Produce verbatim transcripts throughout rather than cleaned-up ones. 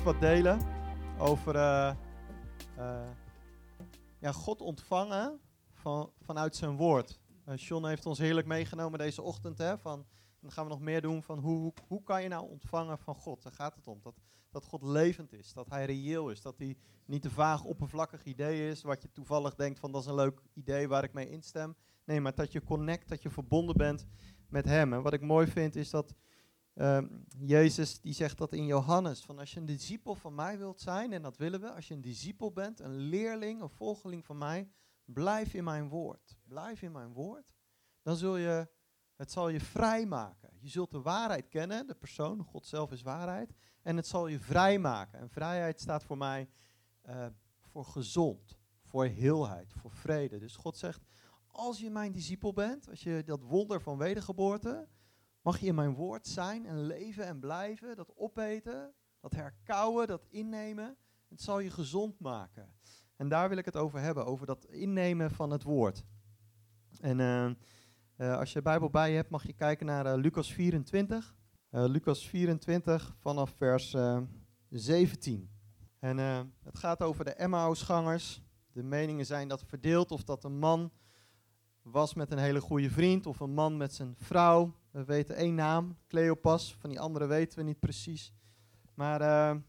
wat delen over uh, uh, ja, God ontvangen van, vanuit zijn woord. Uh, John heeft ons heerlijk meegenomen deze ochtend. Hè, van, dan gaan we nog meer doen van hoe, hoe, hoe kan je nou ontvangen van God? Daar gaat het om. Dat, dat God levend is, dat hij reëel is, dat hij niet een vaag oppervlakkig idee is, wat je toevallig denkt van dat is een leuk idee waar ik mee instem. Nee, maar dat je connect, dat je verbonden bent met hem. En wat ik mooi vind is dat Um, Jezus die zegt dat in Johannes, van als je een discipel van mij wilt zijn, en dat willen we, als je een discipel bent, een leerling, een volgeling van mij, blijf in mijn woord. Blijf in mijn woord. Dan zul je, het zal je vrijmaken. Je zult de waarheid kennen, de persoon, God zelf is waarheid, en het zal je vrijmaken. En vrijheid staat voor mij uh, voor gezond, voor heelheid, voor vrede. Dus God zegt, als je mijn discipel bent, als je dat wonder van wedergeboorte, mag je in mijn woord zijn en leven en blijven, dat opeten, dat herkauwen, dat innemen. Het zal je gezond maken. En daar wil ik het over hebben, over dat innemen van het woord. En uh, uh, als je de Bijbel bij je hebt, mag je kijken naar uh, Lucas vierentwintig. Uh, Lucas vierentwintig vanaf vers uh, zeventien. En uh, het gaat over de Emmausgangers. De meningen zijn dat verdeeld of dat een man was met een hele goede vriend of een man met zijn vrouw. We weten één naam, Cleopas. Van die andere weten we niet precies. Maar, uh,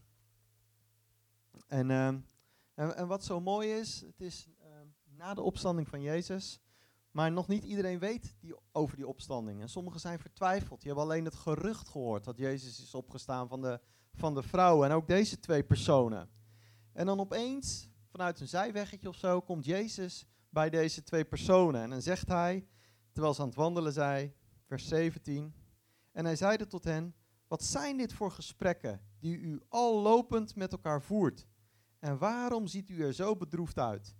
en, uh, en, en wat zo mooi is, het is uh, na de opstanding van Jezus, maar nog niet iedereen weet die, over die opstanding. En sommigen zijn vertwijfeld. Die hebben alleen het gerucht gehoord dat Jezus is opgestaan van de, van de vrouwen. En ook deze twee personen. En dan opeens, vanuit een zijweggetje of zo, komt Jezus bij deze twee personen. En dan zegt hij, terwijl ze aan het wandelen zijn, vers zeventien. En hij zeide tot hen, wat zijn dit voor gesprekken die u al lopend met elkaar voert? En waarom ziet u er zo bedroefd uit?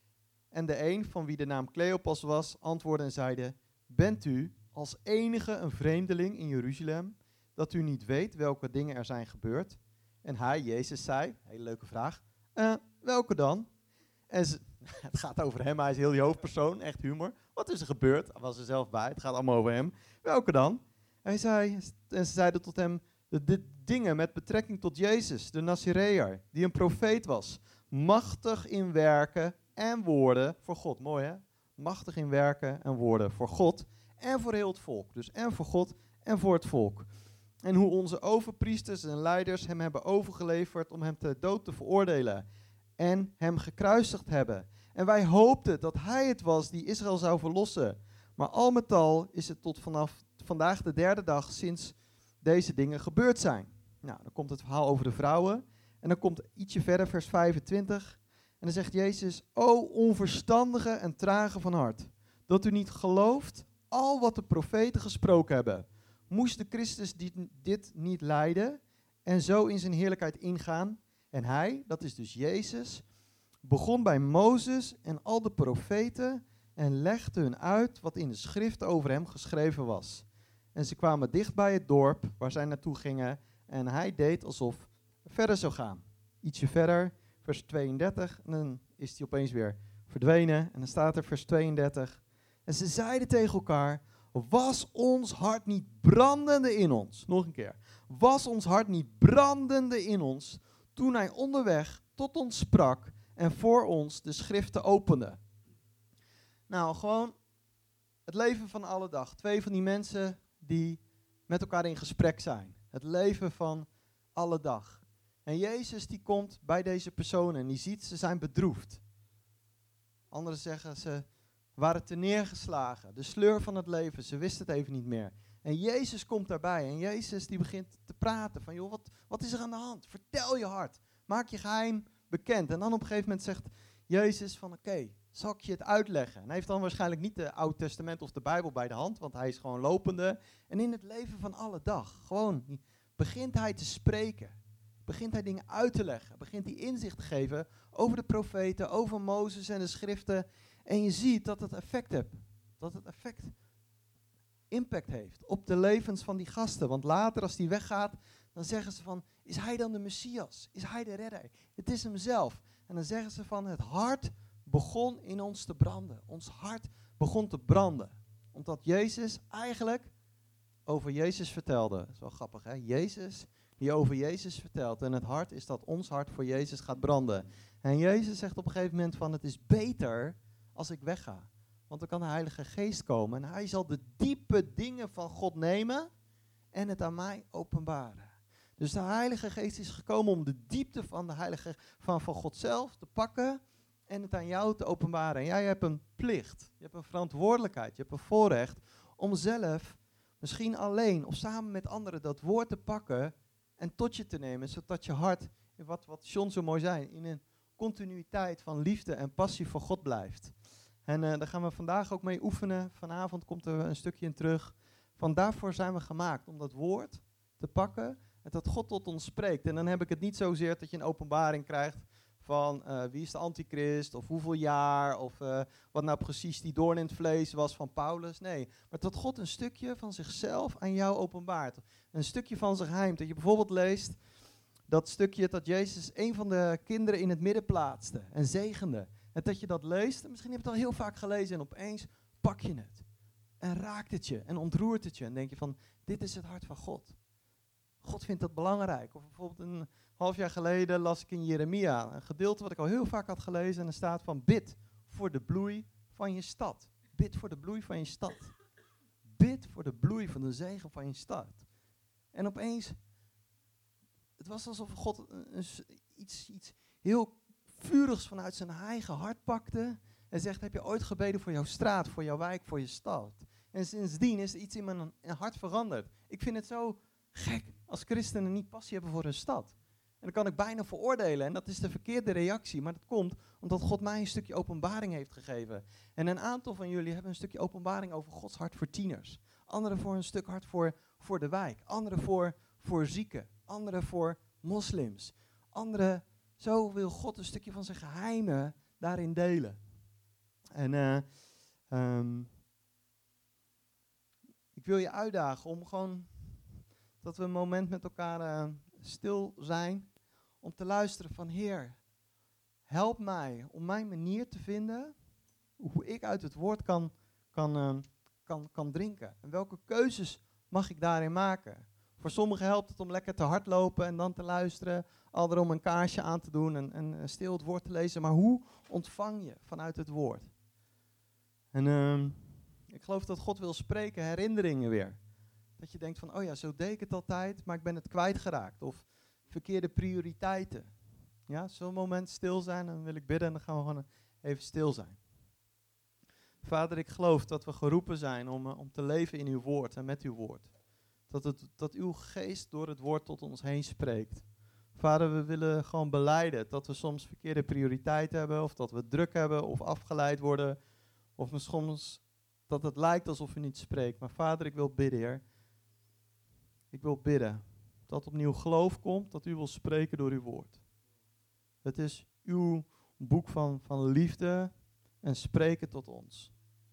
En de een, van wie de naam Cleopas was, antwoordde en zeide, bent u als enige een vreemdeling in Jeruzalem, dat u niet weet welke dingen er zijn gebeurd? En hij, Jezus, zei, hele leuke vraag, uh, welke dan? En ze, het gaat over hem, hij is heel die hoofdpersoon, echt humor. Wat is er gebeurd? Hij was er zelf bij, het gaat allemaal over hem. Welke dan? En, hij zei, en ze zeiden tot hem, de, de dingen met betrekking tot Jezus, de Nazireër, die een profeet was. Machtig in werken en woorden voor God. Mooi hè? Machtig in werken en woorden voor God en voor heel het volk. Dus en voor God en voor het volk. En hoe onze overpriesters en leiders hem hebben overgeleverd om hem ter dood te veroordelen. En hem gekruisigd hebben. En wij hoopten dat hij het was die Israël zou verlossen. Maar al met al is het tot vanaf vandaag de derde dag sinds deze dingen gebeurd zijn. Nou, dan komt het verhaal over de vrouwen. En dan komt ietsje verder, vers vijfentwintig. En dan zegt Jezus, o onverstandige en trage van hart, dat u niet gelooft al wat de profeten gesproken hebben. Moest de Christus dit, dit niet lijden en zo in zijn heerlijkheid ingaan? En hij, dat is dus Jezus, begon bij Mozes en al de profeten en legde hun uit wat in de schrift over hem geschreven was. En ze kwamen dicht bij het dorp waar zij naartoe gingen en hij deed alsof hij verder zou gaan. Ietsje verder, vers tweeëndertig, en dan is hij opeens weer verdwenen. En dan staat er vers tweeëndertig. En ze zeiden tegen elkaar, was ons hart niet brandende in ons? Nog een keer. Was ons hart niet brandende in ons toen hij onderweg tot ons sprak en voor ons de schriften opende? Nou, gewoon het leven van alle dag. Twee van die mensen die met elkaar in gesprek zijn. Het leven van alle dag. En Jezus die komt bij deze personen en die ziet ze zijn bedroefd. Anderen zeggen ze waren te neergeslagen. De sleur van het leven, ze wisten het even niet meer. En Jezus komt daarbij en Jezus die begint te praten van joh, wat, wat is er aan de hand? Vertel je hart. Maak je geheim bekend. En dan op een gegeven moment zegt Jezus van oké, okay, zal ik je het uitleggen? En hij heeft dan waarschijnlijk niet de Oude Testament of de Bijbel bij de hand, want hij is gewoon lopende. En in het leven van alle dag, gewoon begint hij te spreken. Begint hij dingen uit te leggen. Begint hij inzicht te geven over de profeten, over Mozes en de schriften. En je ziet dat het effect heeft. Dat het effect impact heeft op de levens van die gasten. Want later als die weggaat, dan zeggen ze van, is hij dan de Messias? Is hij de redder? Het is hem zelf. En dan zeggen ze van, het hart begon in ons te branden. Ons hart begon te branden. Omdat Jezus eigenlijk over Jezus vertelde. Dat is wel grappig hè. Jezus die over Jezus vertelt. En het hart is dat ons hart voor Jezus gaat branden. En Jezus zegt op een gegeven moment van, het is beter als ik wegga. Want dan kan de Heilige Geest komen en hij zal de diepe dingen van God nemen en het aan mij openbaren. Dus de Heilige Geest is gekomen om de diepte van, de Heilige, van, van God zelf te pakken en het aan jou te openbaren. En jij hebt een plicht, je hebt een verantwoordelijkheid, je hebt een voorrecht om zelf, misschien alleen of samen met anderen, dat woord te pakken en tot je te nemen, zodat je hart, wat, wat John zo mooi zei, in een continuïteit van liefde en passie voor God blijft. En uh, daar gaan we vandaag ook mee oefenen. Vanavond komt er een stukje in terug. Van daarvoor zijn we gemaakt, om dat woord te pakken en dat God tot ons spreekt. En dan heb ik het niet zozeer dat je een openbaring krijgt van uh, wie is de antichrist, of hoeveel jaar, of uh, wat nou precies die doorn in het vlees was van Paulus. Nee, maar dat God een stukje van zichzelf aan jou openbaart. Een stukje van zijn geheim. Dat je bijvoorbeeld leest dat stukje dat Jezus een van de kinderen in het midden plaatste en zegende. En dat je dat leest, en misschien heb je het al heel vaak gelezen en opeens pak je het. En raakt het je en ontroert het je. En denk je van, dit is het hart van God. God vindt dat belangrijk. Of bijvoorbeeld een half jaar geleden las ik in Jeremia een gedeelte wat ik al heel vaak had gelezen. En er staat van, bid voor de bloei van je stad. Bid voor de bloei van je stad. Bid voor de bloei van de zegen van je stad. En opeens, het was alsof God een, een, iets, iets heel vurigs vanuit zijn eigen hart pakte en zegt, heb je ooit gebeden voor jouw straat, voor jouw wijk, voor je stad? En sindsdien is er iets in mijn hart veranderd. Ik vind het zo gek als christenen niet passie hebben voor hun stad. En dan kan ik bijna veroordelen en dat is de verkeerde reactie, maar dat komt omdat God mij een stukje openbaring heeft gegeven. En een aantal van jullie hebben een stukje openbaring over Gods hart voor tieners. Anderen voor een stuk hart voor, voor de wijk. Anderen voor, voor zieken. Anderen voor moslims. Anderen, zo wil God een stukje van zijn geheimen daarin delen. En uh, um, ik wil je uitdagen om gewoon dat we een moment met elkaar uh, stil zijn. Om te luisteren van Heer, help mij om mijn manier te vinden hoe ik uit het woord kan, kan, uh, kan, kan drinken. En welke keuzes mag ik daarin maken? Voor sommigen helpt het om lekker te hardlopen en dan te luisteren. Anderen om een kaarsje aan te doen en, en stil het woord te lezen. Maar hoe ontvang je vanuit het woord? En uh, ik geloof dat God wil spreken, herinneringen weer. Dat je denkt van, oh ja, zo deed ik het altijd, maar ik ben het kwijtgeraakt. Of verkeerde prioriteiten. Ja, zo'n moment stil zijn, dan wil ik bidden en dan gaan we gewoon even stil zijn. Vader, ik geloof dat we geroepen zijn om, uh, om te leven in uw woord en met uw woord. Dat, het, dat uw geest door het woord tot ons heen spreekt. Vader, we willen gewoon belijden dat we soms verkeerde prioriteiten hebben, of dat we druk hebben, of afgeleid worden, of soms dat het lijkt alsof u niet spreekt. Maar Vader, ik wil bidden, Heer. Ik wil bidden dat opnieuw geloof komt, dat u wil spreken door uw woord. Het is uw boek van, van liefde en spreken tot ons.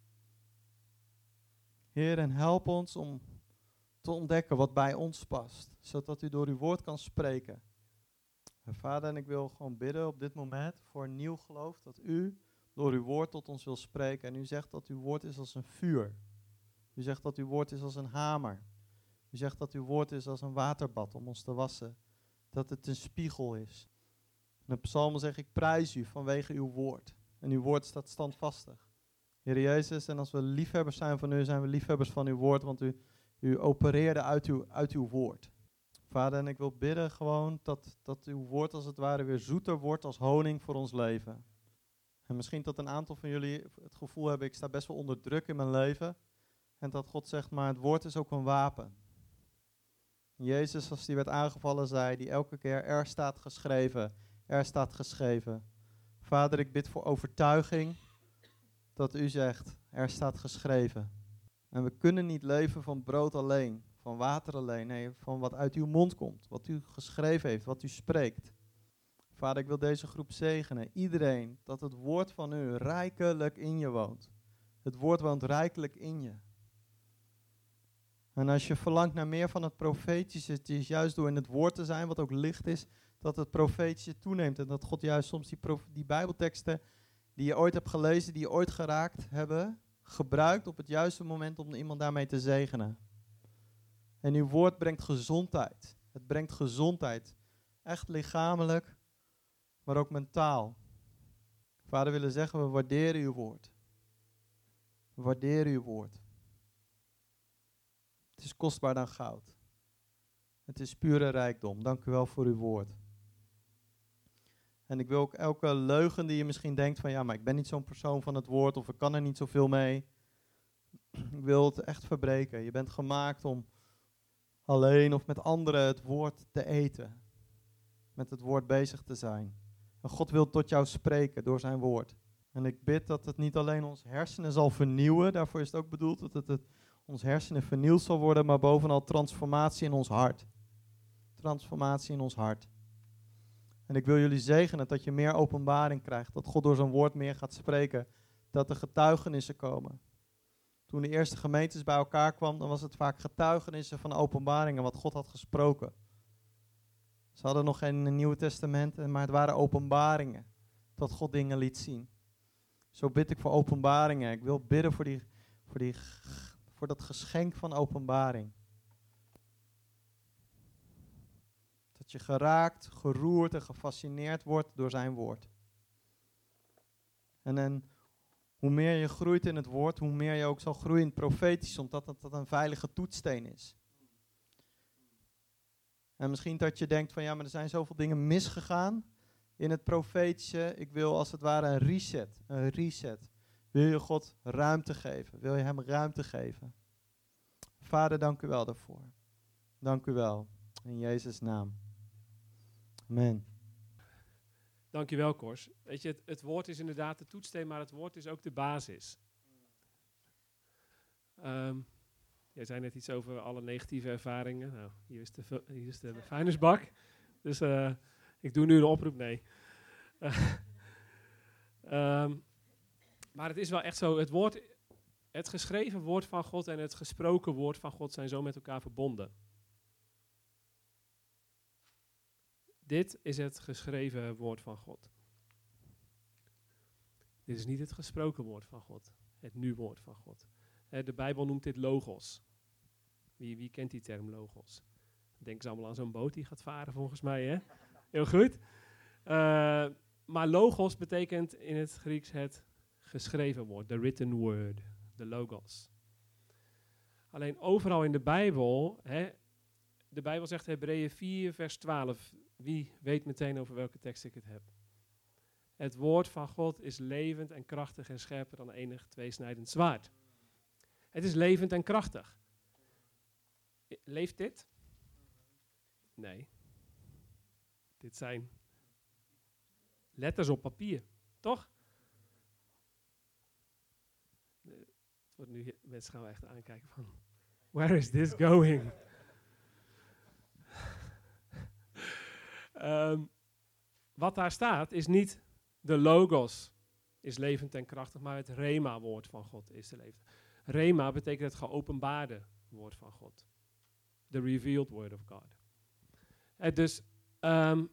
Heer, en help ons om te ontdekken wat bij ons past, zodat u door uw woord kan spreken. En Vader, en ik wil gewoon bidden op dit moment voor een nieuw geloof, dat u door uw woord tot ons wil spreken. En u zegt dat uw woord is als een vuur. U zegt dat uw woord is als een hamer. U zegt dat uw woord is als een waterbad om ons te wassen. Dat het een spiegel is. En de psalmen zegt, ik prijs u vanwege uw woord. En uw woord staat standvastig. Heer Jezus, en als we liefhebbers zijn van u, zijn we liefhebbers van uw woord, want u, u opereerde uit uw, uit uw woord. Vader, en ik wil bidden gewoon dat, dat uw woord als het ware weer zoeter wordt als honing voor ons leven. En misschien dat een aantal van jullie het gevoel hebben, ik sta best wel onder druk in mijn leven. En dat God zegt, maar het woord is ook een wapen. Jezus, als die werd aangevallen, zei die elke keer, er staat geschreven, er staat geschreven. Vader, ik bid voor overtuiging dat u zegt, er staat geschreven. En we kunnen niet leven van brood alleen, van water alleen, nee, van wat uit uw mond komt, wat u geschreven heeft, wat u spreekt. Vader, ik wil deze groep zegenen, iedereen, dat het woord van u rijkelijk in je woont. Het woord woont rijkelijk in je. En als je verlangt naar meer van het profetische, het is juist door in het woord te zijn, wat ook licht is, dat het profetische toeneemt. En dat God juist soms die, prof, die bijbelteksten die je ooit hebt gelezen, die je ooit geraakt hebben, gebruikt op het juiste moment om iemand daarmee te zegenen. En uw woord brengt gezondheid. Het brengt gezondheid. Echt lichamelijk, maar ook mentaal. Vader, we willen zeggen, we waarderen uw woord. We waarderen uw woord. Het is kostbaar dan goud. Het is pure rijkdom. Dank u wel voor uw woord. En ik wil ook elke leugen die je misschien denkt van, ja, maar ik ben niet zo'n persoon van het woord of ik kan er niet zoveel mee. Ik wil het echt verbreken. Je bent gemaakt om alleen of met anderen het woord te eten. Met het woord bezig te zijn. En God wil tot jou spreken door zijn woord. En ik bid dat het niet alleen ons hersenen zal vernieuwen. Daarvoor is het ook bedoeld dat het, het ons hersenen vernieuwd zal worden. Maar bovenal transformatie in ons hart. Transformatie in ons hart. En ik wil jullie zegenen dat je meer openbaring krijgt. Dat God door zijn woord meer gaat spreken. Dat er getuigenissen komen. Toen de eerste gemeentes bij elkaar kwam, dan was het vaak getuigenissen van openbaringen wat God had gesproken. Ze hadden nog geen Nieuwe Testament, maar het waren openbaringen. Dat God dingen liet zien. Zo bid ik voor openbaringen. Ik wil bidden voor, die, voor, die, voor dat geschenk van openbaring. Dat je geraakt, geroerd en gefascineerd wordt door zijn woord. En, en hoe meer je groeit in het woord, hoe meer je ook zal groeien in het profetisch, omdat dat, dat een veilige toetssteen is. En misschien dat je denkt van ja, maar er zijn zoveel dingen misgegaan in het profetische. Ik wil als het ware een reset, een reset. Wil je God ruimte geven? Wil je hem ruimte geven? Vader, dank u wel daarvoor. Dank u wel. In Jezus' naam. Amen. Dankjewel, Kors. Weet je, het, het woord is inderdaad de toetssteen, maar het woord is ook de basis. Um, jij zei net iets over alle negatieve ervaringen. Nou, hier is de, hier is de vuilnisbak. Dus uh, ik doe nu de oproep, nee. Uh, um, maar het is wel echt zo, het woord, het geschreven woord van God en het gesproken woord van God zijn zo met elkaar verbonden. Dit is het geschreven woord van God. Dit is niet het gesproken woord van God. Het nu-woord van God. De Bijbel noemt dit logos. Wie, wie kent die term logos? Denken ze allemaal aan zo'n boot die gaat varen volgens mij, hè? Heel goed. Uh, maar logos betekent in het Grieks het geschreven woord. The written word. De logos. Alleen overal in de Bijbel, hè, de Bijbel zegt Hebreeën vier vers twaalf. Wie weet meteen over welke tekst ik het heb? Het woord van God is levend en krachtig en scherper dan enig tweesnijdend zwaard. Het is levend en krachtig. Leeft dit? Nee. Dit zijn letters op papier, toch? Het wordt nu, mensen gaan we echt aankijken van, where is this going? um, wat daar staat is niet de logos is levend en krachtig, maar het rema-woord van God is de levend. Rema betekent het geopenbaarde woord van God. The revealed word of God. En dus, um,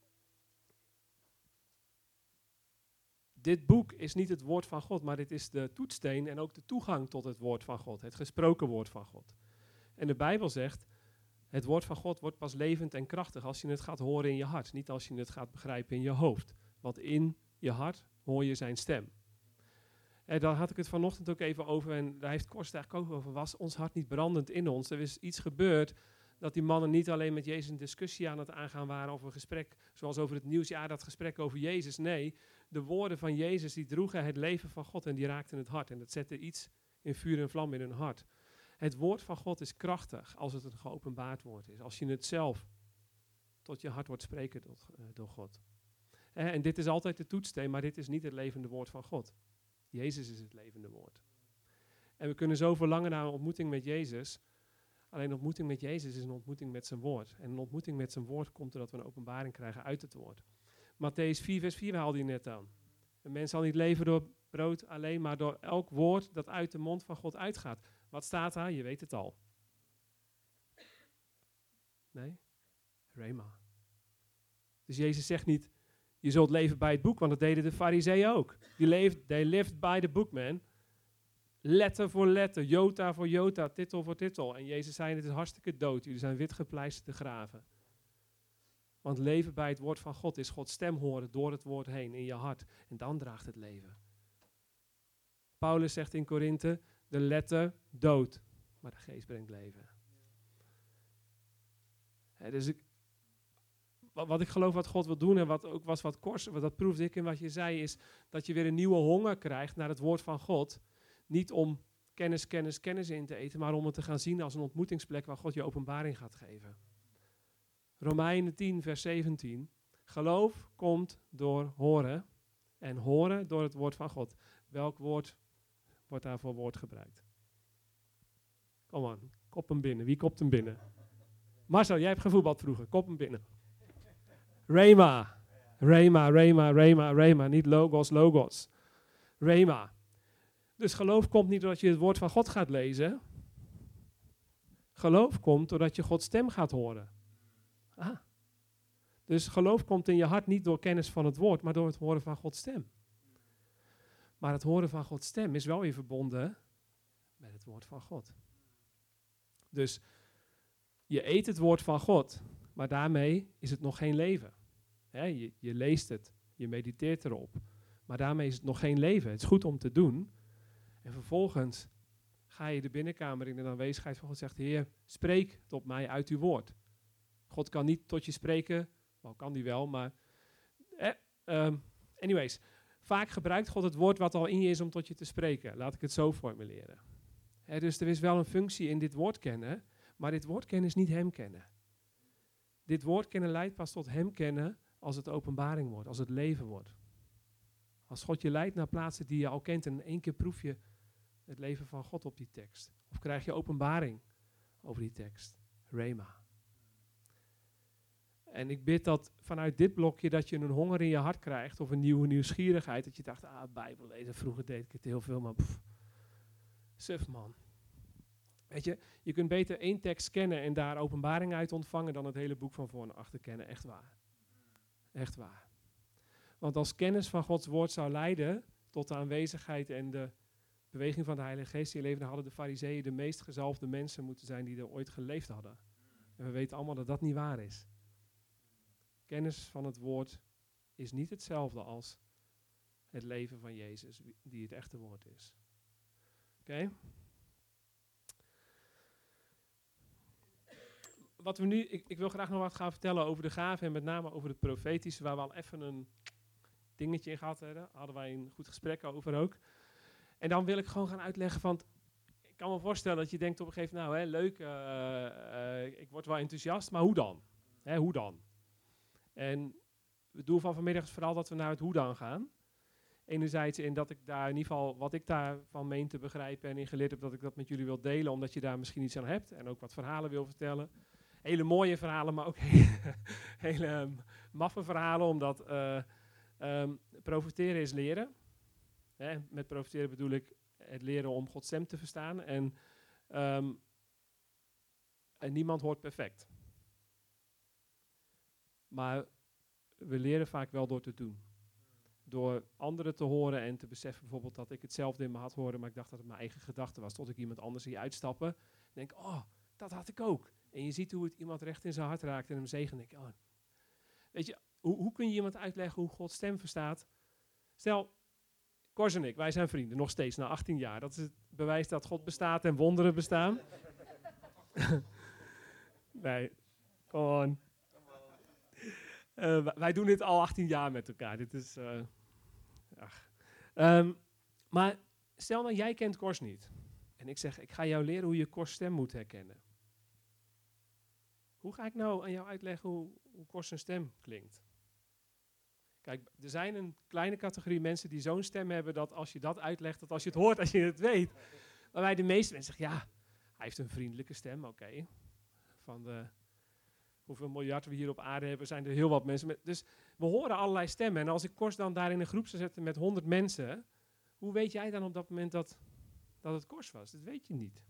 dit boek is niet het woord van God, maar dit is de toetssteen en ook de toegang tot het woord van God. Het gesproken woord van God. En de Bijbel zegt, het woord van God wordt pas levend en krachtig als je het gaat horen in je hart. Niet als je het gaat begrijpen in je hoofd. Want in je hart hoor je zijn stem. En daar had ik het vanochtend ook even over. En daar heeft Kors eigenlijk ook over. Was ons hart niet brandend in ons? Er is iets gebeurd dat die mannen niet alleen met Jezus een discussie aan het aangaan waren over een gesprek. Zoals over het nieuws, ja, dat gesprek over Jezus. Nee, de woorden van Jezus die droegen het leven van God en die raakten het hart. En dat zette iets in vuur en vlam in hun hart. Het woord van God is krachtig als het een geopenbaard woord is. Als je het zelf tot je hart wordt spreken door, uh, door God. Eh, en dit is altijd de toetssteen, maar dit is niet het levende woord van God. Jezus is het levende woord. En we kunnen zo verlangen naar een ontmoeting met Jezus. Alleen een ontmoeting met Jezus is een ontmoeting met zijn woord. En een ontmoeting met zijn woord komt doordat we een openbaring krijgen uit het woord. Mattheüs vier vers vier haalde je net aan. Een mens zal niet leven door brood alleen, maar door elk woord dat uit de mond van God uitgaat. Wat staat daar? Je weet het al. Nee? Rema. Dus Jezus zegt niet, je zult leven bij het boek, want dat deden de farizeeën ook. Die leefd, they lived by the book, man. letter voor letter, jota voor jota, titel voor titel. En Jezus zei, het is hartstikke dood. Jullie zijn witgepleisterde graven. Want leven bij het woord van God is Gods stem horen door het woord heen in je hart. En dan draagt het leven. Paulus zegt in Korinthe, de letter dood, maar de geest brengt leven. He, dus ik, wat ik geloof wat God wil doen en wat ook was wat Kors, wat dat proefde ik in wat je zei, is dat je weer een nieuwe honger krijgt naar het woord van God. Niet om kennis, kennis, kennis in te eten, maar om het te gaan zien als een ontmoetingsplek waar God je openbaring gaat geven. Romeinen tien, vers zeventien. Geloof komt door horen en horen door het woord van God. Welk woord wordt daar voor woord gebruikt? Kom aan, kop hem binnen. Wie kopt hem binnen? Marcel, jij hebt gevoetbald vroeger. Kop hem binnen. Rema. Rema, Rema, Rema, Rema. Niet logos, logos. Rema. Dus geloof komt niet doordat je het woord van God gaat lezen. Geloof komt doordat je Gods stem gaat horen. Ah. Dus geloof komt in je hart niet door kennis van het woord, maar door het horen van Gods stem. Maar het horen van Gods stem is wel weer verbonden met het woord van God. Dus je eet het woord van God, maar daarmee is het nog geen leven. He, je, je leest het, je mediteert erop, maar daarmee is het nog geen leven. Het is goed om te doen. En vervolgens ga je de binnenkamer in de aanwezigheid van God en zegt, Heer, spreek tot mij uit uw woord. God kan niet tot je spreken, wel kan die wel, maar eh, um, anyways, vaak gebruikt God het woord wat al in je is om tot je te spreken. Laat ik het zo formuleren. He, dus er is wel een functie in dit woord kennen, maar dit woord kennen is niet hem kennen. Dit woord kennen leidt pas tot hem kennen als het openbaring wordt, als het leven wordt. Als God je leidt naar plaatsen die je al kent en in één keer proef je het leven van God op die tekst. Of krijg je openbaring over die tekst. Rema. En ik bid dat vanuit dit blokje dat je een honger in je hart krijgt of een nieuwe nieuwsgierigheid. Dat je dacht, ah, Bijbel lezen, vroeger deed ik het heel veel, maar pff, suf man. Weet je, je kunt beter één tekst kennen en daar openbaring uit ontvangen dan het hele boek van voor naar achter kennen. Echt waar. Echt waar. Want als kennis van Gods woord zou leiden tot de aanwezigheid en de beweging van de Heilige Geest in je leven, dan hadden de Farizeeën de meest gezalfde mensen moeten zijn die er ooit geleefd hadden. En we weten allemaal dat dat niet waar is. Kennis van het woord is niet hetzelfde als het leven van Jezus, die het echte woord is. Oké? Okay? Wat we nu, ik, ik wil graag nog wat gaan vertellen over de gaven en met name over het profetische, waar we al even een dingetje in gehad hebben. Hadden wij een goed gesprek over ook. En dan wil ik gewoon gaan uitleggen van, ik kan me voorstellen dat je denkt op een gegeven moment, nou hè, leuk, uh, uh, ik word wel enthousiast, maar hoe dan? Hè, hoe dan? En het doel van vanmiddag is vooral dat we naar het hoe dan gaan. Enerzijds in dat ik daar in ieder geval, wat ik daarvan meen te begrijpen en in geleerd heb, dat ik dat met jullie wil delen, omdat je daar misschien iets aan hebt en ook wat verhalen wil vertellen. Hele mooie verhalen, maar ook hele, hele um, maffe verhalen, omdat uh, um, profiteren is leren. Hè, met profiteren bedoel ik het leren om Gods stem te verstaan. En, um, en niemand hoort perfect. Maar we leren vaak wel door te doen. Door anderen te horen en te beseffen bijvoorbeeld dat ik hetzelfde in mijn hart hoorde, maar ik dacht dat het mijn eigen gedachte was. Tot ik iemand anders zie uitstappen en denk, oh, dat had ik ook. En je ziet hoe het iemand recht in zijn hart raakt en hem zegen. Ik, oh. Weet je, hoe, hoe kun je iemand uitleggen hoe Gods stem verstaat? Stel, Kors en ik, wij zijn vrienden, nog steeds, na achttien jaar. Dat is het bewijs dat God bestaat en wonderen bestaan. Nee, gewoon. Uh, wij doen dit al achttien jaar met elkaar. Dit is, uh, ach. Um, maar stel nou, jij kent Kors niet. En ik zeg, ik ga jou leren hoe je Kors stem moet herkennen. Hoe ga ik nou aan jou uitleggen hoe, hoe Kors zijn stem klinkt? Kijk, er zijn een kleine categorie mensen die zo'n stem hebben dat als je dat uitlegt, dat als je het hoort, als je het weet. Maar bij de meeste mensen zeggen, ja, hij heeft een vriendelijke stem, oké. Okay. Van de hoeveel miljard we hier op aarde hebben, zijn er heel wat mensen. Met, dus we horen allerlei stemmen. En als ik Kors dan daar in een groep zou zetten met honderd mensen, hoe weet jij dan op dat moment dat, dat het Kors was? Dat weet je niet.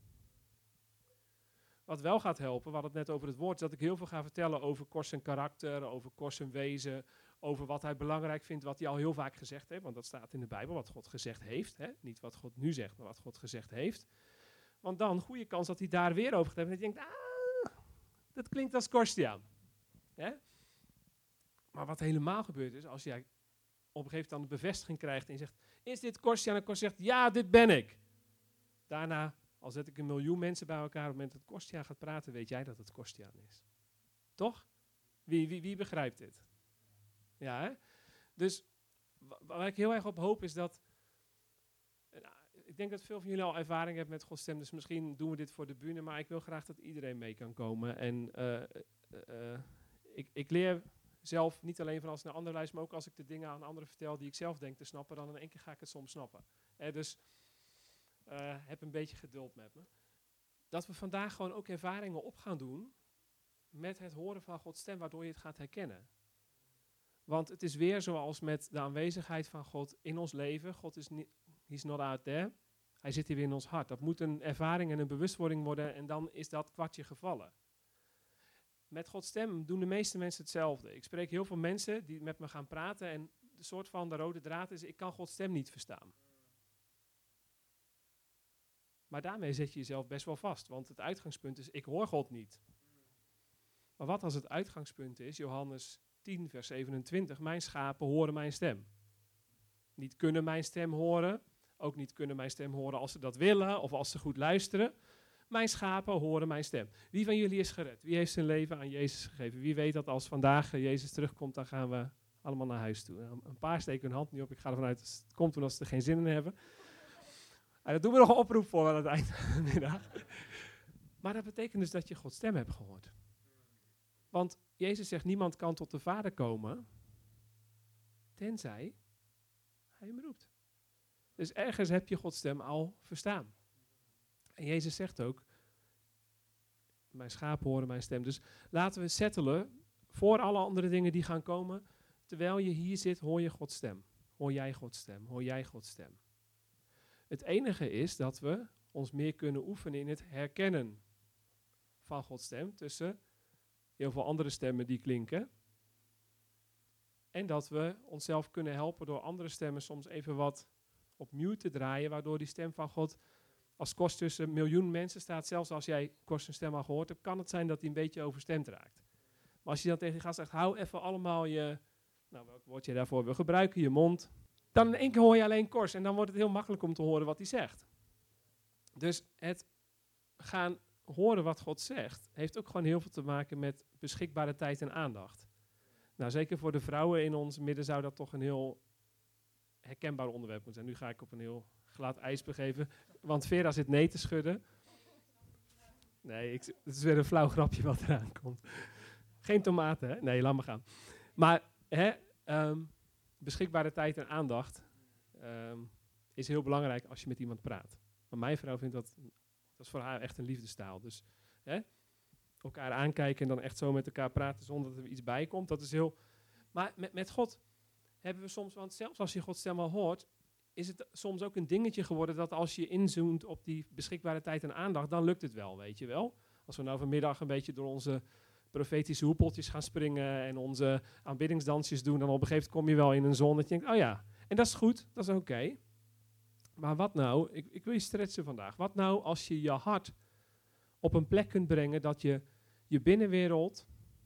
Wat wel gaat helpen, we hadden het net over het woord, is dat ik heel veel ga vertellen over Kors zijn karakter, over Kors zijn wezen, over wat hij belangrijk vindt, wat hij al heel vaak gezegd heeft. Want dat staat in de Bijbel, wat God gezegd heeft. Hè? Niet wat God nu zegt, maar wat God gezegd heeft. Want dan, goede kans dat hij daar weer over gaat hebben. En dat je denkt, ah, dat klinkt als Korstiaan. Hè? Maar wat helemaal gebeurt is, als jij op een gegeven moment de bevestiging krijgt en je zegt, is dit Korstiaan? En Korstiaan zegt, ja, dit ben ik. Daarna, al zet ik een miljoen mensen bij elkaar, op het moment dat Korstiaan gaat praten, weet jij dat het Korstiaan is. Toch? Wie, wie, wie begrijpt dit? Ja, hè? Dus wa- waar ik heel erg op hoop is dat, nou, ik denk dat veel van jullie al ervaring hebben met Gods stem, dus misschien doen we dit voor de bühne, maar ik wil graag dat iedereen mee kan komen. En uh, uh, uh, ik, ik leer zelf niet alleen van als ik naar anderen luister, maar ook als ik de dingen aan anderen vertel die ik zelf denk te snappen, dan in één keer ga ik het soms snappen. Eh, dus uh, heb een beetje geduld met me. Dat we vandaag gewoon ook ervaringen op gaan doen met het horen van Gods stem, waardoor je het gaat herkennen. Want het is weer zoals met de aanwezigheid van God in ons leven. God is niet, he's not out there. Hij zit hier weer in ons hart. Dat moet een ervaring en een bewustwording worden en dan is dat kwartje gevallen. Met Gods stem doen de meeste mensen hetzelfde. Ik spreek heel veel mensen die met me gaan praten en de soort van de rode draad is, ik kan Gods stem niet verstaan. Maar daarmee zet je jezelf best wel vast, want het uitgangspunt is, ik hoor God niet. Maar wat als het uitgangspunt is, Johannes tien vers zevenentwintig, mijn schapen horen mijn stem. Niet kunnen mijn stem horen, ook niet kunnen mijn stem horen als ze dat willen of als ze goed luisteren. Mijn schapen horen mijn stem. Wie van jullie is gered? Wie heeft zijn leven aan Jezus gegeven? Wie weet dat als vandaag uh, Jezus terugkomt, dan gaan we allemaal naar huis toe. Uh, een paar steken hun hand niet op. Ik ga ervan uit dat het komt toen als ze er geen zin in hebben. Uh, daar doen we nog een oproep voor aan het eind van de middag. Maar dat betekent dus dat je Gods stem hebt gehoord. Want Jezus zegt, niemand kan tot de Vader komen, tenzij hij hem roept. Dus ergens heb je Gods stem al verstaan. En Jezus zegt ook, mijn schapen horen mijn stem. Dus laten we settelen voor alle andere dingen die gaan komen. Terwijl je hier zit, hoor je Gods stem. Hoor jij Gods stem, hoor jij Gods stem. Het enige is dat we ons meer kunnen oefenen in het herkennen van Gods stem tussen heel veel andere stemmen die klinken. En dat we onszelf kunnen helpen door andere stemmen soms even wat op mute te draaien, waardoor die stem van God, als kost tussen een miljoen mensen staat, zelfs als jij kost een stem al gehoord hebt, kan het zijn dat die een beetje overstemd raakt. Maar als je dan tegen die gast zegt, hou even allemaal je, nou welk woord je daarvoor wil gebruiken, je mond, dan in één keer hoor je alleen Kors en dan wordt het heel makkelijk om te horen wat hij zegt. Dus het gaan horen wat God zegt, heeft ook gewoon heel veel te maken met beschikbare tijd en aandacht. Nou, zeker voor de vrouwen in ons midden zou dat toch een heel herkenbaar onderwerp moeten zijn. Nu ga ik op een heel glad ijs begeven, want Vera zit nee te schudden. Nee, ik, het is weer een flauw grapje wat eraan komt. Geen tomaten, hè? Nee, laat maar gaan. Maar hè, um, beschikbare tijd en aandacht um, is heel belangrijk als je met iemand praat. Maar mijn vrouw vindt dat, dat is voor haar echt een liefdestaal. Dus hè, elkaar aankijken en dan echt zo met elkaar praten zonder dat er iets bij komt, dat is heel... Maar met, met God hebben we soms, want zelfs als je Gods stem al hoort, is het soms ook een dingetje geworden dat als je inzoomt op die beschikbare tijd en aandacht, dan lukt het wel, weet je wel. Als we nou vanmiddag een beetje door onze profetische hoepeltjes gaan springen en onze aanbiddingsdansjes doen, dan op een gegeven moment kom je wel in een zone dat je denkt, oh ja, en dat is goed, dat is oké. Okay. Maar wat nou, ik, ik wil je stretchen vandaag, wat nou als je je hart op een plek kunt brengen dat je je binnenwereld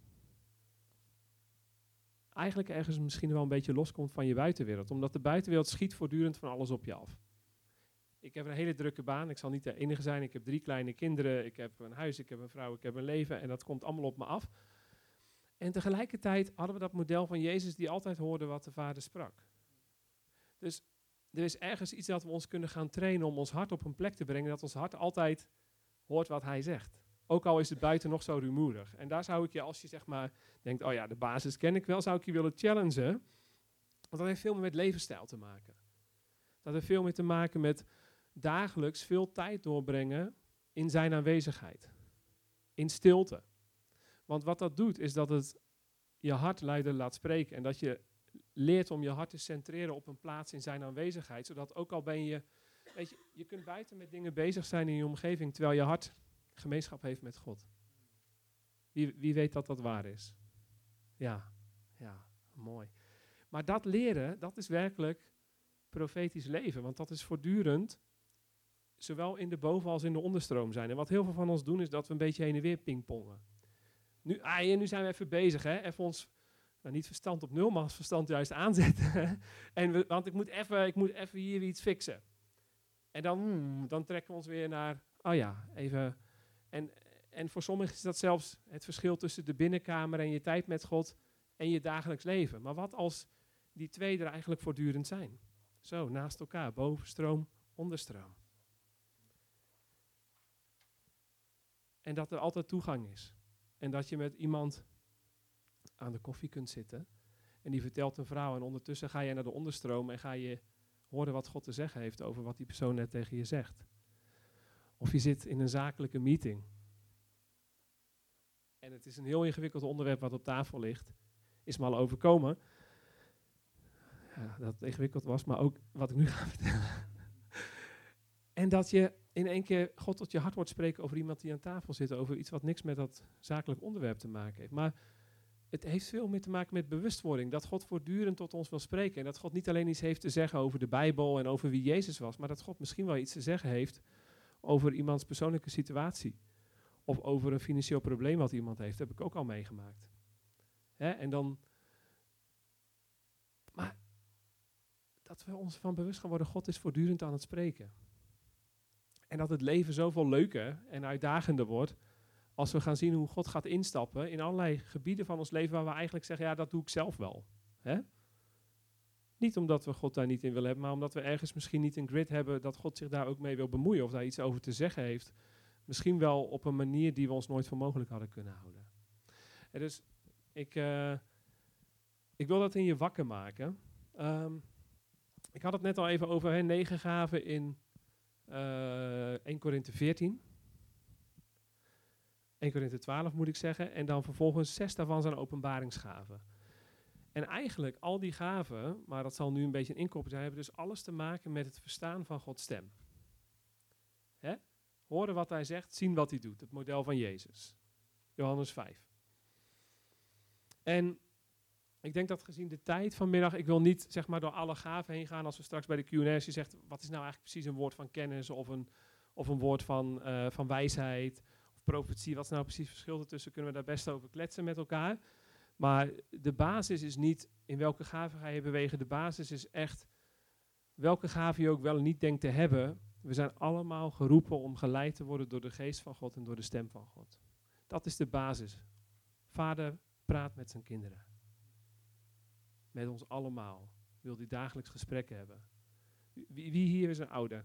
eigenlijk ergens misschien wel een beetje loskomt van je buitenwereld. Omdat de buitenwereld schiet voortdurend van alles op je af. Ik heb een hele drukke baan, ik zal niet de enige zijn, ik heb drie kleine kinderen, ik heb een huis, ik heb een vrouw, ik heb een leven en dat komt allemaal op me af. En tegelijkertijd hadden we dat model van Jezus die altijd hoorde wat de Vader sprak. Dus er is ergens iets dat we ons kunnen gaan trainen om ons hart op een plek te brengen, dat ons hart altijd hoort wat hij zegt. Ook al is het buiten nog zo rumoerig. En daar zou ik je, als je zeg maar denkt, oh ja, de basis ken ik wel, zou ik je willen challengen. Want dat heeft veel meer met levensstijl te maken. Dat heeft veel meer te maken met dagelijks veel tijd doorbrengen in zijn aanwezigheid. In stilte. Want wat dat doet, is dat het je hart luider laat spreken. En dat je leert om je hart te centreren op een plaats in zijn aanwezigheid. Zodat ook al ben je, weet je, je kunt buiten met dingen bezig zijn in je omgeving, terwijl je hart gemeenschap heeft met God. Wie, wie weet dat dat waar is? Ja, ja, mooi. Maar dat leren, dat is werkelijk profetisch leven. Want dat is voortdurend, zowel in de boven- als in de onderstroom zijn. En wat heel veel van ons doen, is dat we een beetje heen en weer pingpongen. Nu, ah, nu zijn we even bezig, hè. Even ons, nou niet verstand op nul, maar ons verstand juist aanzetten. en we, want ik moet, even, ik moet even hier iets fixen. En dan, hmm, dan trekken we ons weer naar, oh ja, even. En, en voor sommigen is dat zelfs het verschil tussen de binnenkamer en je tijd met God en je dagelijks leven. Maar wat als die twee er eigenlijk voortdurend zijn? Zo, naast elkaar, bovenstroom, onderstroom. En dat er altijd toegang is. En dat je met iemand aan de koffie kunt zitten. En die vertelt een verhaal. En ondertussen ga je naar de onderstroom en ga je horen wat God te zeggen heeft over wat die persoon net tegen je zegt. Of je zit in een zakelijke meeting. En het is een heel ingewikkeld onderwerp wat op tafel ligt. Is me al overkomen. Ja, dat het ingewikkeld was, maar ook wat ik nu ga vertellen. En dat je in één keer God tot je hart wordt spreken over iemand die aan tafel zit. Over iets wat niks met dat zakelijk onderwerp te maken heeft. Maar het heeft veel meer te maken met bewustwording. Dat God voortdurend tot ons wil spreken. En dat God niet alleen iets heeft te zeggen over de Bijbel en over wie Jezus was. Maar dat God misschien wel iets te zeggen heeft over iemands persoonlijke situatie. Of over een financieel probleem wat iemand heeft. Dat heb ik ook al meegemaakt. Hè? En dan... Maar dat we ons van bewust gaan worden, God is voortdurend aan het spreken. En dat het leven zoveel leuker en uitdagender wordt als we gaan zien hoe God gaat instappen in allerlei gebieden van ons leven waar we eigenlijk zeggen, ja, dat doe ik zelf wel. Hè? Niet omdat we God daar niet in willen hebben, maar omdat we ergens misschien niet een grid hebben dat God zich daar ook mee wil bemoeien of daar iets over te zeggen heeft. Misschien wel op een manier die we ons nooit voor mogelijk hadden kunnen houden. En dus ik, uh, ik wil dat in je wakker maken. Um, ik had het net al even over hè, negen gaven in uh, één Korinthe veertien. één Korinthe twaalf moet ik zeggen. En dan vervolgens zes daarvan zijn openbaringsgaven. En eigenlijk al die gaven, maar dat zal nu een beetje een inkopper zijn, hebben dus alles te maken met het verstaan van Gods stem. Hè? Horen wat hij zegt, zien wat hij doet. Het model van Jezus. Johannes vijf. En ik denk dat gezien de tijd vanmiddag, ik wil niet zeg maar door alle gaven heen gaan als we straks bij de Q en A's je zegt, wat is nou eigenlijk precies een woord van kennis of een, of een woord van, uh, van wijsheid of profetie, wat is nou precies het verschil ertussen, kunnen we daar best over kletsen met elkaar. Maar de basis is niet in welke gave ga je bewegen, de basis is echt welke gave je ook wel en niet denkt te hebben. We zijn allemaal geroepen om geleid te worden door de geest van God en door de stem van God. Dat is de basis. Vader praat met zijn kinderen. Met ons allemaal. Wil die dagelijks gesprekken hebben. Wie, wie hier is een ouder?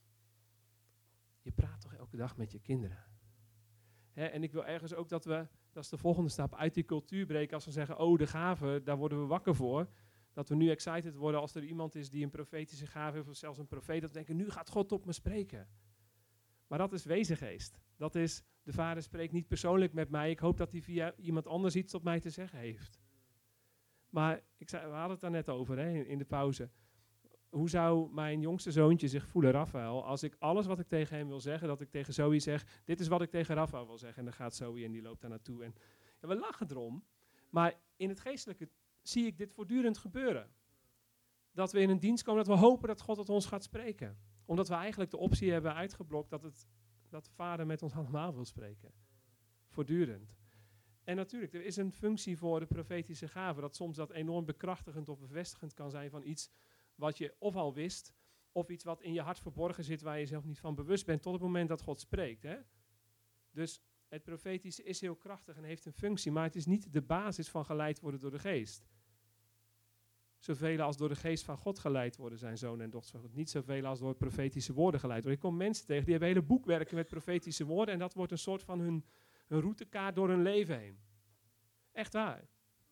Je praat toch elke dag met je kinderen. Hè, en ik wil ergens ook dat we, dat is de volgende stap, uit die cultuur breken als we zeggen, oh de gave, daar worden we wakker voor. Dat we nu excited worden als er iemand is die een profetische gave heeft of zelfs een profeet. Dat we denken, nu gaat God tot me spreken. Maar dat is wezengeest. Dat is, de Vader spreekt niet persoonlijk met mij. Ik hoop dat hij via iemand anders iets tot mij te zeggen heeft. Maar ik zei, we hadden het daar net over hè, in de pauze. Hoe zou mijn jongste zoontje zich voelen, Raphaël, als ik alles wat ik tegen hem wil zeggen, dat ik tegen Zoe zeg, dit is wat ik tegen Raphaël wil zeggen. En dan gaat Zoe en die loopt daar naartoe. En ja, we lachen erom. Maar in het geestelijke zie ik dit voortdurend gebeuren. Dat we in een dienst komen, dat we hopen dat God tot ons gaat spreken. Omdat we eigenlijk de optie hebben uitgeblokt dat, het, dat de Vader met ons allemaal wil spreken. Voortdurend. En natuurlijk, er is een functie voor de profetische gave, dat soms dat enorm bekrachtigend of bevestigend kan zijn van iets wat je of al wist, of iets wat in je hart verborgen zit waar je zelf niet van bewust bent, tot het moment dat God spreekt. Hè? Dus het profetische is heel krachtig en heeft een functie, maar het is niet de basis van geleid worden door de geest. Zoveel als door de geest van God geleid worden zijn zonen en dochters van God. Niet zoveel als door profetische woorden geleid worden. Ik kom mensen tegen die hebben hele boekwerken met profetische woorden en dat wordt een soort van hun, hun routekaart door hun leven heen. Echt waar.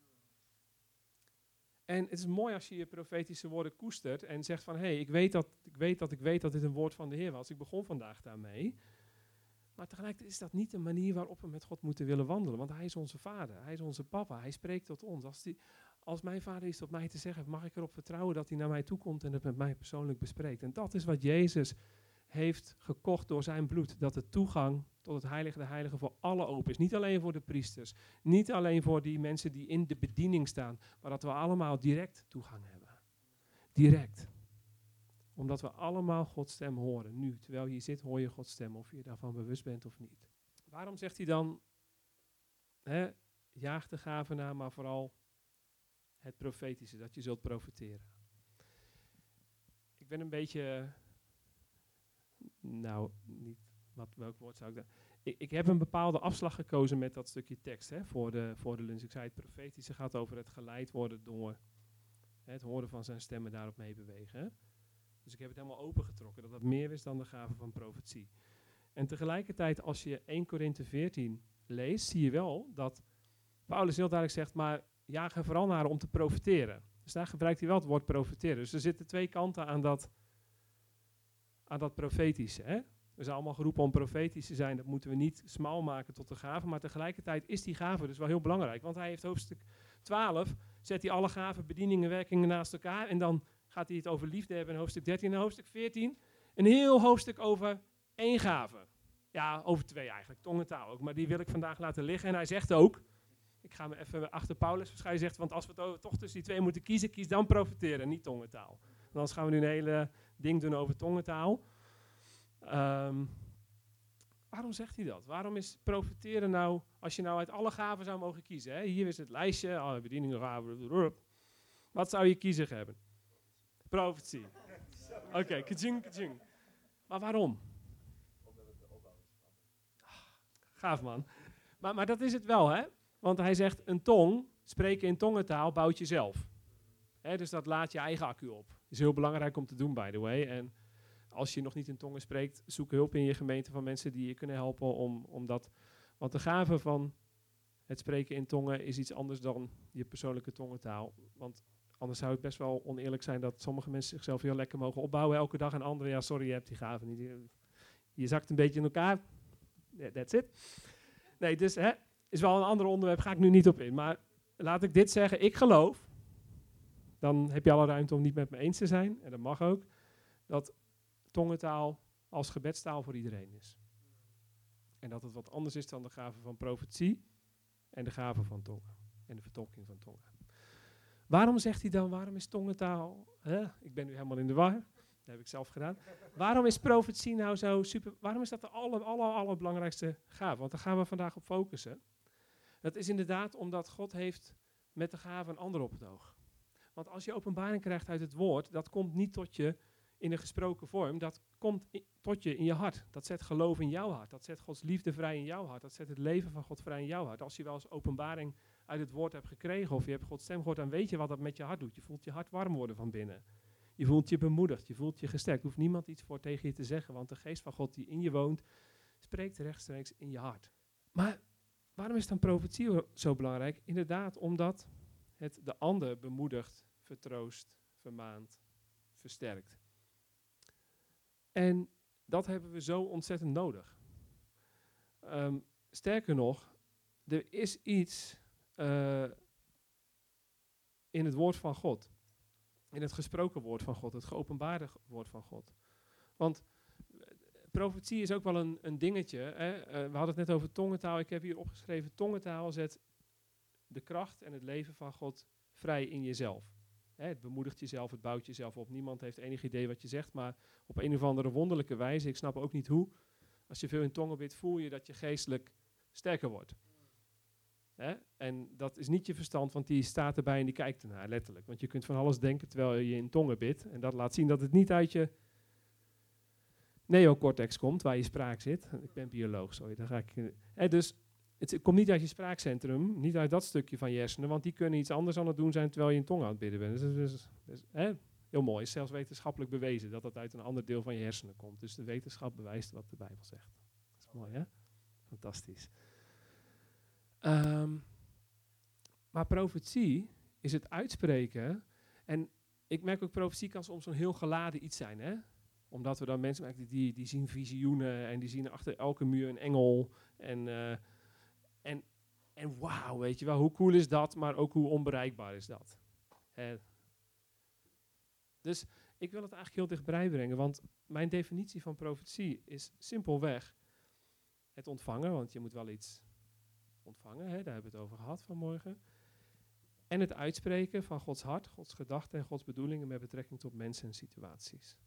En het is mooi als je je profetische woorden koestert en zegt van, hé, hey, ik weet dat, ik weet dat, ik weet dat dit een woord van de Heer was. Ik begon vandaag daarmee. Maar tegelijkertijd is dat niet de manier waarop we met God moeten willen wandelen. Want hij is onze vader, hij is onze papa, hij spreekt tot ons. Als, die, als mijn vader iets tot mij te zeggen heeft, mag ik erop vertrouwen dat hij naar mij toe komt en het met mij persoonlijk bespreekt. En dat is wat Jezus heeft gekocht door zijn bloed. Dat de toegang tot het heilige der heiligen voor alle open is. Niet alleen voor de priesters. Niet alleen voor die mensen die in de bediening staan. Maar dat we allemaal direct toegang hebben. Direct. Omdat we allemaal Gods stem horen. Nu, terwijl je hier zit, hoor je Gods stem. Of je daarvan bewust bent of niet. Waarom zegt hij dan, hè, jaag de gave na, maar vooral het profetische. Dat je zult profeteren. Ik ben een beetje, nou, niet, wat, welk woord zou ik daar... Ik, ik heb een bepaalde afslag gekozen met dat stukje tekst, hè, voor de, voor de lunch. Ik zei het profetische gaat over het geleid worden door hè, het horen van zijn stemmen daarop meebewegen. Hè. Dus ik heb het helemaal opengetrokken, dat dat meer is dan de gave van profetie. En tegelijkertijd, als je Eerste Korinthe veertien leest, zie je wel dat Paulus heel duidelijk zegt, maar jaag er vooral naar om te profeteren. Dus daar gebruikt hij wel het woord profeteren. Dus er zitten twee kanten aan dat, aan dat profetische. Hè? We zijn allemaal geroepen om profetisch te zijn. Dat moeten we niet smal maken tot de gave. Maar tegelijkertijd is die gave dus wel heel belangrijk. Want hij heeft hoofdstuk twaalf, zet hij alle gaven, bedieningen, werkingen naast elkaar. En dan gaat hij het over liefde hebben in hoofdstuk dertien. En hoofdstuk veertien, een heel hoofdstuk over één gave. Ja, over twee eigenlijk, tongentaal ook. Maar die wil ik vandaag laten liggen. En hij zegt ook, ik ga me even achter Paulus verschijnen, zegt, want als we het over, toch tussen die twee moeten kiezen, kies dan profeteren, niet tongentaal. En anders gaan we nu een hele ding doen over tongentaal. Um, waarom zegt hij dat? Waarom is profeteren nou, als je nou uit alle gaven zou mogen kiezen, hè? Hier is het lijstje, alle bedieningen, gaven, wat zou je kiezen hebben? Profetie. Oké, okay, kajing, kajing. Maar waarom? Gaaf man. Maar, maar dat is het wel, hè? Want hij zegt, een tong, spreken in tongentaal, bouwt jezelf. Hè, dus dat laat je eigen accu op. Is heel belangrijk om te doen, by the way. En als je nog niet in tongen spreekt, zoek hulp in je gemeente van mensen die je kunnen helpen om, om dat... Want de gave van het spreken in tongen is iets anders dan je persoonlijke tongentaal. Want anders zou het best wel oneerlijk zijn dat sommige mensen zichzelf heel lekker mogen opbouwen elke dag. En anderen, ja sorry, je hebt die gave niet. Je zakt een beetje in elkaar. Yeah, that's it. Nee, dus hè, is wel een ander onderwerp, ga ik nu niet op in. Maar laat ik dit zeggen, ik geloof, dan heb je alle ruimte om niet met me eens te zijn, en dat mag ook, dat tongentaal als gebedstaal voor iedereen is. En dat het wat anders is dan de gave van profetie en de gave van tongen. En de vertolking van tongen. Waarom zegt hij dan, waarom is tongentaal, hè? Ik ben nu helemaal in de war, dat heb ik zelf gedaan. Waarom is profetie nou zo super, waarom is dat de aller, aller, allerbelangrijkste gave? Want daar gaan we vandaag op focussen. Dat is inderdaad omdat God heeft met de gave een ander op het oog. Want als je openbaring krijgt uit het woord, dat komt niet tot je in een gesproken vorm, dat komt i- tot je in je hart. Dat zet geloof in jouw hart. Dat zet Gods liefde vrij in jouw hart. Dat zet het leven van God vrij in jouw hart. Als je wel eens openbaring uit het woord hebt gekregen of je hebt Gods stem gehoord, dan weet je wat dat met je hart doet. Je voelt je hart warm worden van binnen. Je voelt je bemoedigd, je voelt je gesterkt. Er hoeft niemand iets voor tegen je te zeggen, want de geest van God die in je woont, spreekt rechtstreeks in je hart. Maar waarom is dan profetie zo belangrijk? Inderdaad, omdat het de ander bemoedigt, vertroost, vermaant, versterkt. En dat hebben we zo ontzettend nodig. Um, sterker nog, er is iets uh, in het woord van God. In het gesproken woord van God, het geopenbaarde woord van God. Want profetie is ook wel een, een dingetje. Hè? Uh, we hadden het net over tongentaal. Ik heb hier opgeschreven, tongentaal zet de kracht en het leven van God vrij in jezelf. Hè, het bemoedigt jezelf, het bouwt jezelf op. Niemand heeft enig idee wat je zegt, maar op een of andere wonderlijke wijze, ik snap ook niet hoe, als je veel in tongen bidt, voel je dat je geestelijk sterker wordt. Hè? En dat is niet je verstand, want die staat erbij en die kijkt ernaar, letterlijk. Want je kunt van alles denken terwijl je in tongen bidt. En dat laat zien dat het niet uit je neocortex komt, waar je spraak zit. Ik ben bioloog, sorry. Dan ga ik, hè, dus het komt niet uit je spraakcentrum, niet uit dat stukje van je hersenen, want die kunnen iets anders aan het doen zijn terwijl je in tongen aan het bidden bent. Dus, dus, dus, hè, heel mooi, is zelfs wetenschappelijk bewezen dat dat uit een ander deel van je hersenen komt. Dus de wetenschap bewijst wat de Bijbel zegt. Dat is mooi, hè? Fantastisch. Um, maar profetie is het uitspreken. En ik merk ook, profetie kan soms een heel geladen iets zijn, hè? Omdat we dan mensen merken die, die zien visioenen en die zien achter elke muur een engel. En, uh, en, en wauw, weet je wel, hoe cool is dat, maar ook hoe onbereikbaar is dat? Hè? Dus ik wil het eigenlijk heel dichtbij brengen, want mijn definitie van profetie is simpelweg het ontvangen, want je moet wel iets ontvangen, hè, daar hebben we het over gehad vanmorgen. En het uitspreken van Gods hart, Gods gedachten en Gods bedoelingen met betrekking tot mensen en situaties.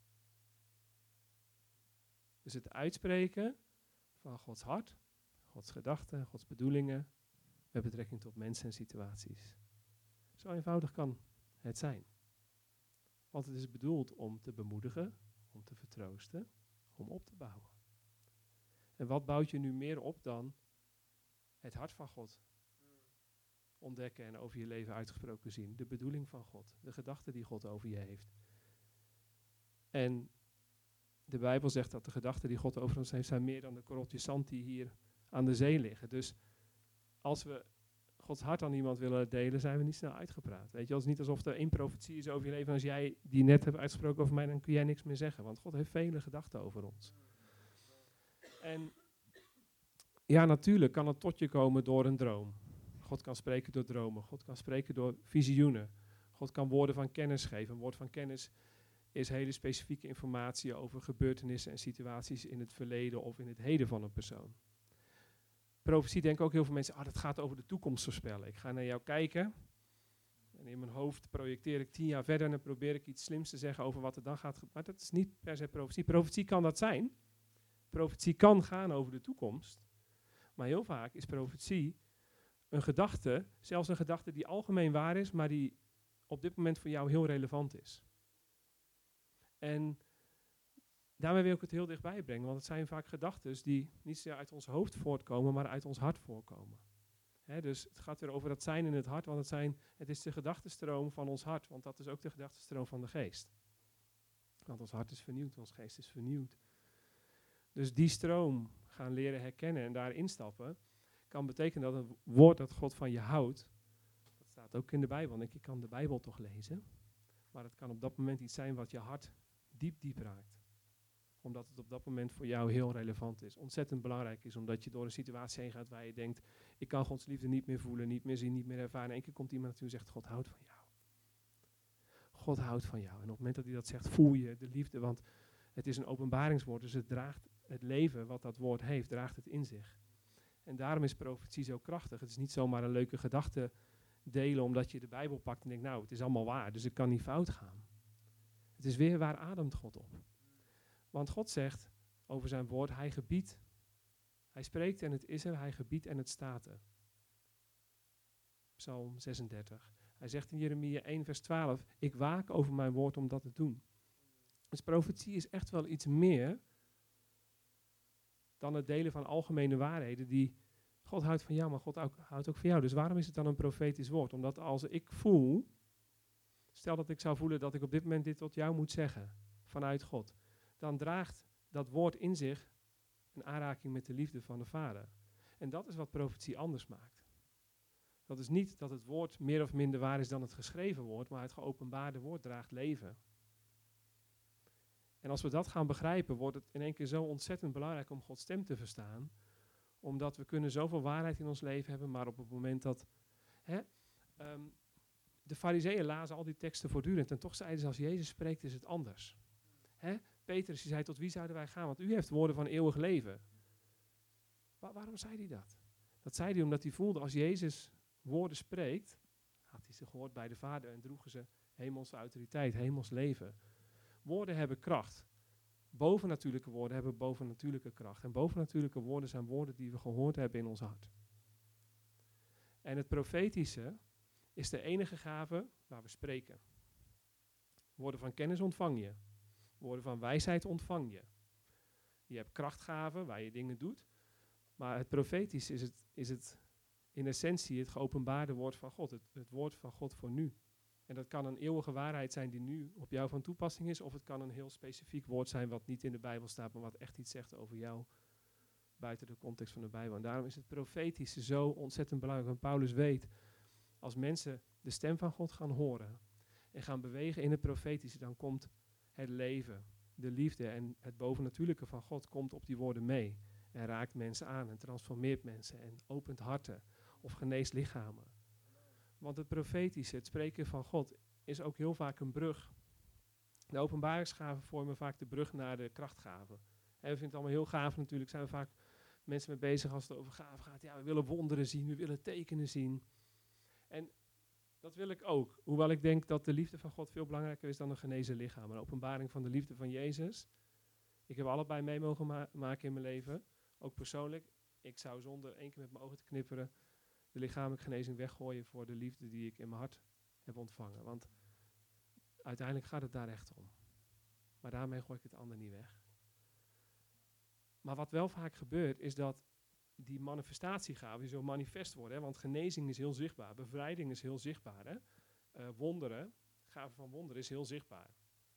Dus het uitspreken van Gods hart, Gods gedachten, Gods bedoelingen met betrekking tot mensen en situaties. Zo eenvoudig kan het zijn. Want het is bedoeld om te bemoedigen, om te vertroosten, om op te bouwen. En wat bouwt je nu meer op dan het hart van God ontdekken en over je leven uitgesproken zien? De bedoeling van God, de gedachten die God over je heeft. En de Bijbel zegt dat de gedachten die God over ons heeft zijn meer dan de korreltjes zand die hier aan de zee liggen. Dus als we Gods hart aan iemand willen delen, zijn we niet snel uitgepraat. Weet je, het is niet alsof er één profetie is over je leven en als jij die net hebt uitgesproken over mij, dan kun jij niks meer zeggen. Want God heeft vele gedachten over ons. En ja, natuurlijk kan het tot je komen door een droom. God kan spreken door dromen. God kan spreken door visioenen. God kan woorden van kennis geven. Een woord van kennis is hele specifieke informatie over gebeurtenissen en situaties in het verleden of in het heden van een persoon. Profetie denken ook heel veel mensen, ah, dat gaat over de toekomst voorspellen. Ik ga naar jou kijken en in mijn hoofd projecteer ik tien jaar verder en dan probeer ik iets slims te zeggen over wat er dan gaat gebeuren. Maar dat is niet per se profetie. Profetie kan dat zijn. Profetie kan gaan over de toekomst. Maar heel vaak is profetie een gedachte, zelfs een gedachte die algemeen waar is, maar die op dit moment voor jou heel relevant is. En daarmee wil ik het heel dichtbij brengen, want het zijn vaak gedachten die niet zozeer uit ons hoofd voortkomen, maar uit ons hart voorkomen. Hè, dus het gaat weer over dat zijn in het hart, want het, zijn, het is de gedachtenstroom van ons hart, want dat is ook de gedachtenstroom van de geest. Want ons hart is vernieuwd, ons geest is vernieuwd. Dus die stroom gaan leren herkennen en daarin stappen, kan betekenen dat een woord dat God van je houdt, dat staat ook in de Bijbel, en ik kan de Bijbel toch lezen, maar het kan op dat moment iets zijn wat je hart diep, diep raakt. Omdat het op dat moment voor jou heel relevant is. Ontzettend belangrijk is, omdat je door een situatie heen gaat waar je denkt, ik kan Gods liefde niet meer voelen, niet meer zien, niet meer ervaren. En één keer komt iemand naartoe en zegt, God houdt van jou. God houdt van jou. En op het moment dat hij dat zegt, voel je de liefde, want het is een openbaringswoord, dus het draagt het leven wat dat woord heeft, draagt het in zich. En daarom is profetie zo krachtig. Het is niet zomaar een leuke gedachte delen, omdat je de Bijbel pakt en denkt, nou, het is allemaal waar, dus het kan niet fout gaan. Het is weer, waar ademt God op? Want God zegt over zijn woord, hij gebiedt. Hij spreekt en het is er, hij gebiedt en het staat er. Psalm zesendertig. Hij zegt in Jeremia één vers twaalf, ik waak over mijn woord om dat te doen. Dus profetie is echt wel iets meer dan het delen van algemene waarheden die God houdt van jou, maar God ook, houdt ook van jou. Dus waarom is het dan een profetisch woord? Omdat als ik voel, stel dat ik zou voelen dat ik op dit moment dit tot jou moet zeggen, vanuit God, dan draagt dat woord in zich een aanraking met de liefde van de Vader. En dat is wat profetie anders maakt. Dat is niet dat het woord meer of minder waar is dan het geschreven woord, maar het geopenbaarde woord draagt leven. En als we dat gaan begrijpen, wordt het in één keer zo ontzettend belangrijk om Gods stem te verstaan. Omdat we kunnen zoveel waarheid in ons leven hebben, maar op het moment dat... Hè, um, de farizeeën lazen al die teksten voortdurend en toch zeiden ze, als Jezus spreekt is het anders. Hè? Petrus die zei, tot wie zouden wij gaan? Want u heeft woorden van eeuwig leven. Wa- waarom zei hij dat? Dat zei hij omdat hij voelde, als Jezus woorden spreekt, had hij ze gehoord bij de Vader en droegen ze hemelse autoriteit, hemels leven. Woorden hebben kracht. Bovennatuurlijke woorden hebben bovennatuurlijke kracht. En bovennatuurlijke woorden zijn woorden die we gehoord hebben in ons hart. En het profetische is de enige gave waar we spreken. Woorden van kennis ontvang je. Woorden van wijsheid ontvang je. Je hebt krachtgaven waar je dingen doet. Maar het profetische is het, is het in essentie het geopenbaarde woord van God. Het, het woord van God voor nu. En dat kan een eeuwige waarheid zijn die nu op jou van toepassing is. Of het kan een heel specifiek woord zijn wat niet in de Bijbel staat, maar wat echt iets zegt over jou buiten de context van de Bijbel. En daarom is het profetische zo ontzettend belangrijk. Want Paulus weet, als mensen de stem van God gaan horen en gaan bewegen in het profetische, dan komt het leven, de liefde en het bovennatuurlijke van God komt op die woorden mee. En raakt mensen aan en transformeert mensen en opent harten of geneest lichamen. Want het profetische, het spreken van God, is ook heel vaak een brug De openbaringsgaven vormen vaak de brug naar de krachtgaven. En we vinden het allemaal heel gaaf natuurlijk, zijn we vaak mensen mee bezig als het over gaven gaat. Ja, we willen wonderen zien, we willen tekenen zien. En dat wil ik ook. Hoewel ik denk dat de liefde van God veel belangrijker is dan een genezen lichaam. Een openbaring van de liefde van Jezus. Ik heb allebei mee mogen ma- maken in mijn leven. Ook persoonlijk. Ik zou zonder één keer met mijn ogen te knipperen de lichamelijke genezing weggooien voor de liefde die ik in mijn hart heb ontvangen. Want uiteindelijk gaat het daar echt om. Maar daarmee gooi ik het ander niet weg. Maar wat wel vaak gebeurt is dat die manifestatiegaven die zo manifest worden. Hè, want genezing is heel zichtbaar. Bevrijding is heel zichtbaar. Hè? Uh, wonderen, gaven van wonderen is heel zichtbaar.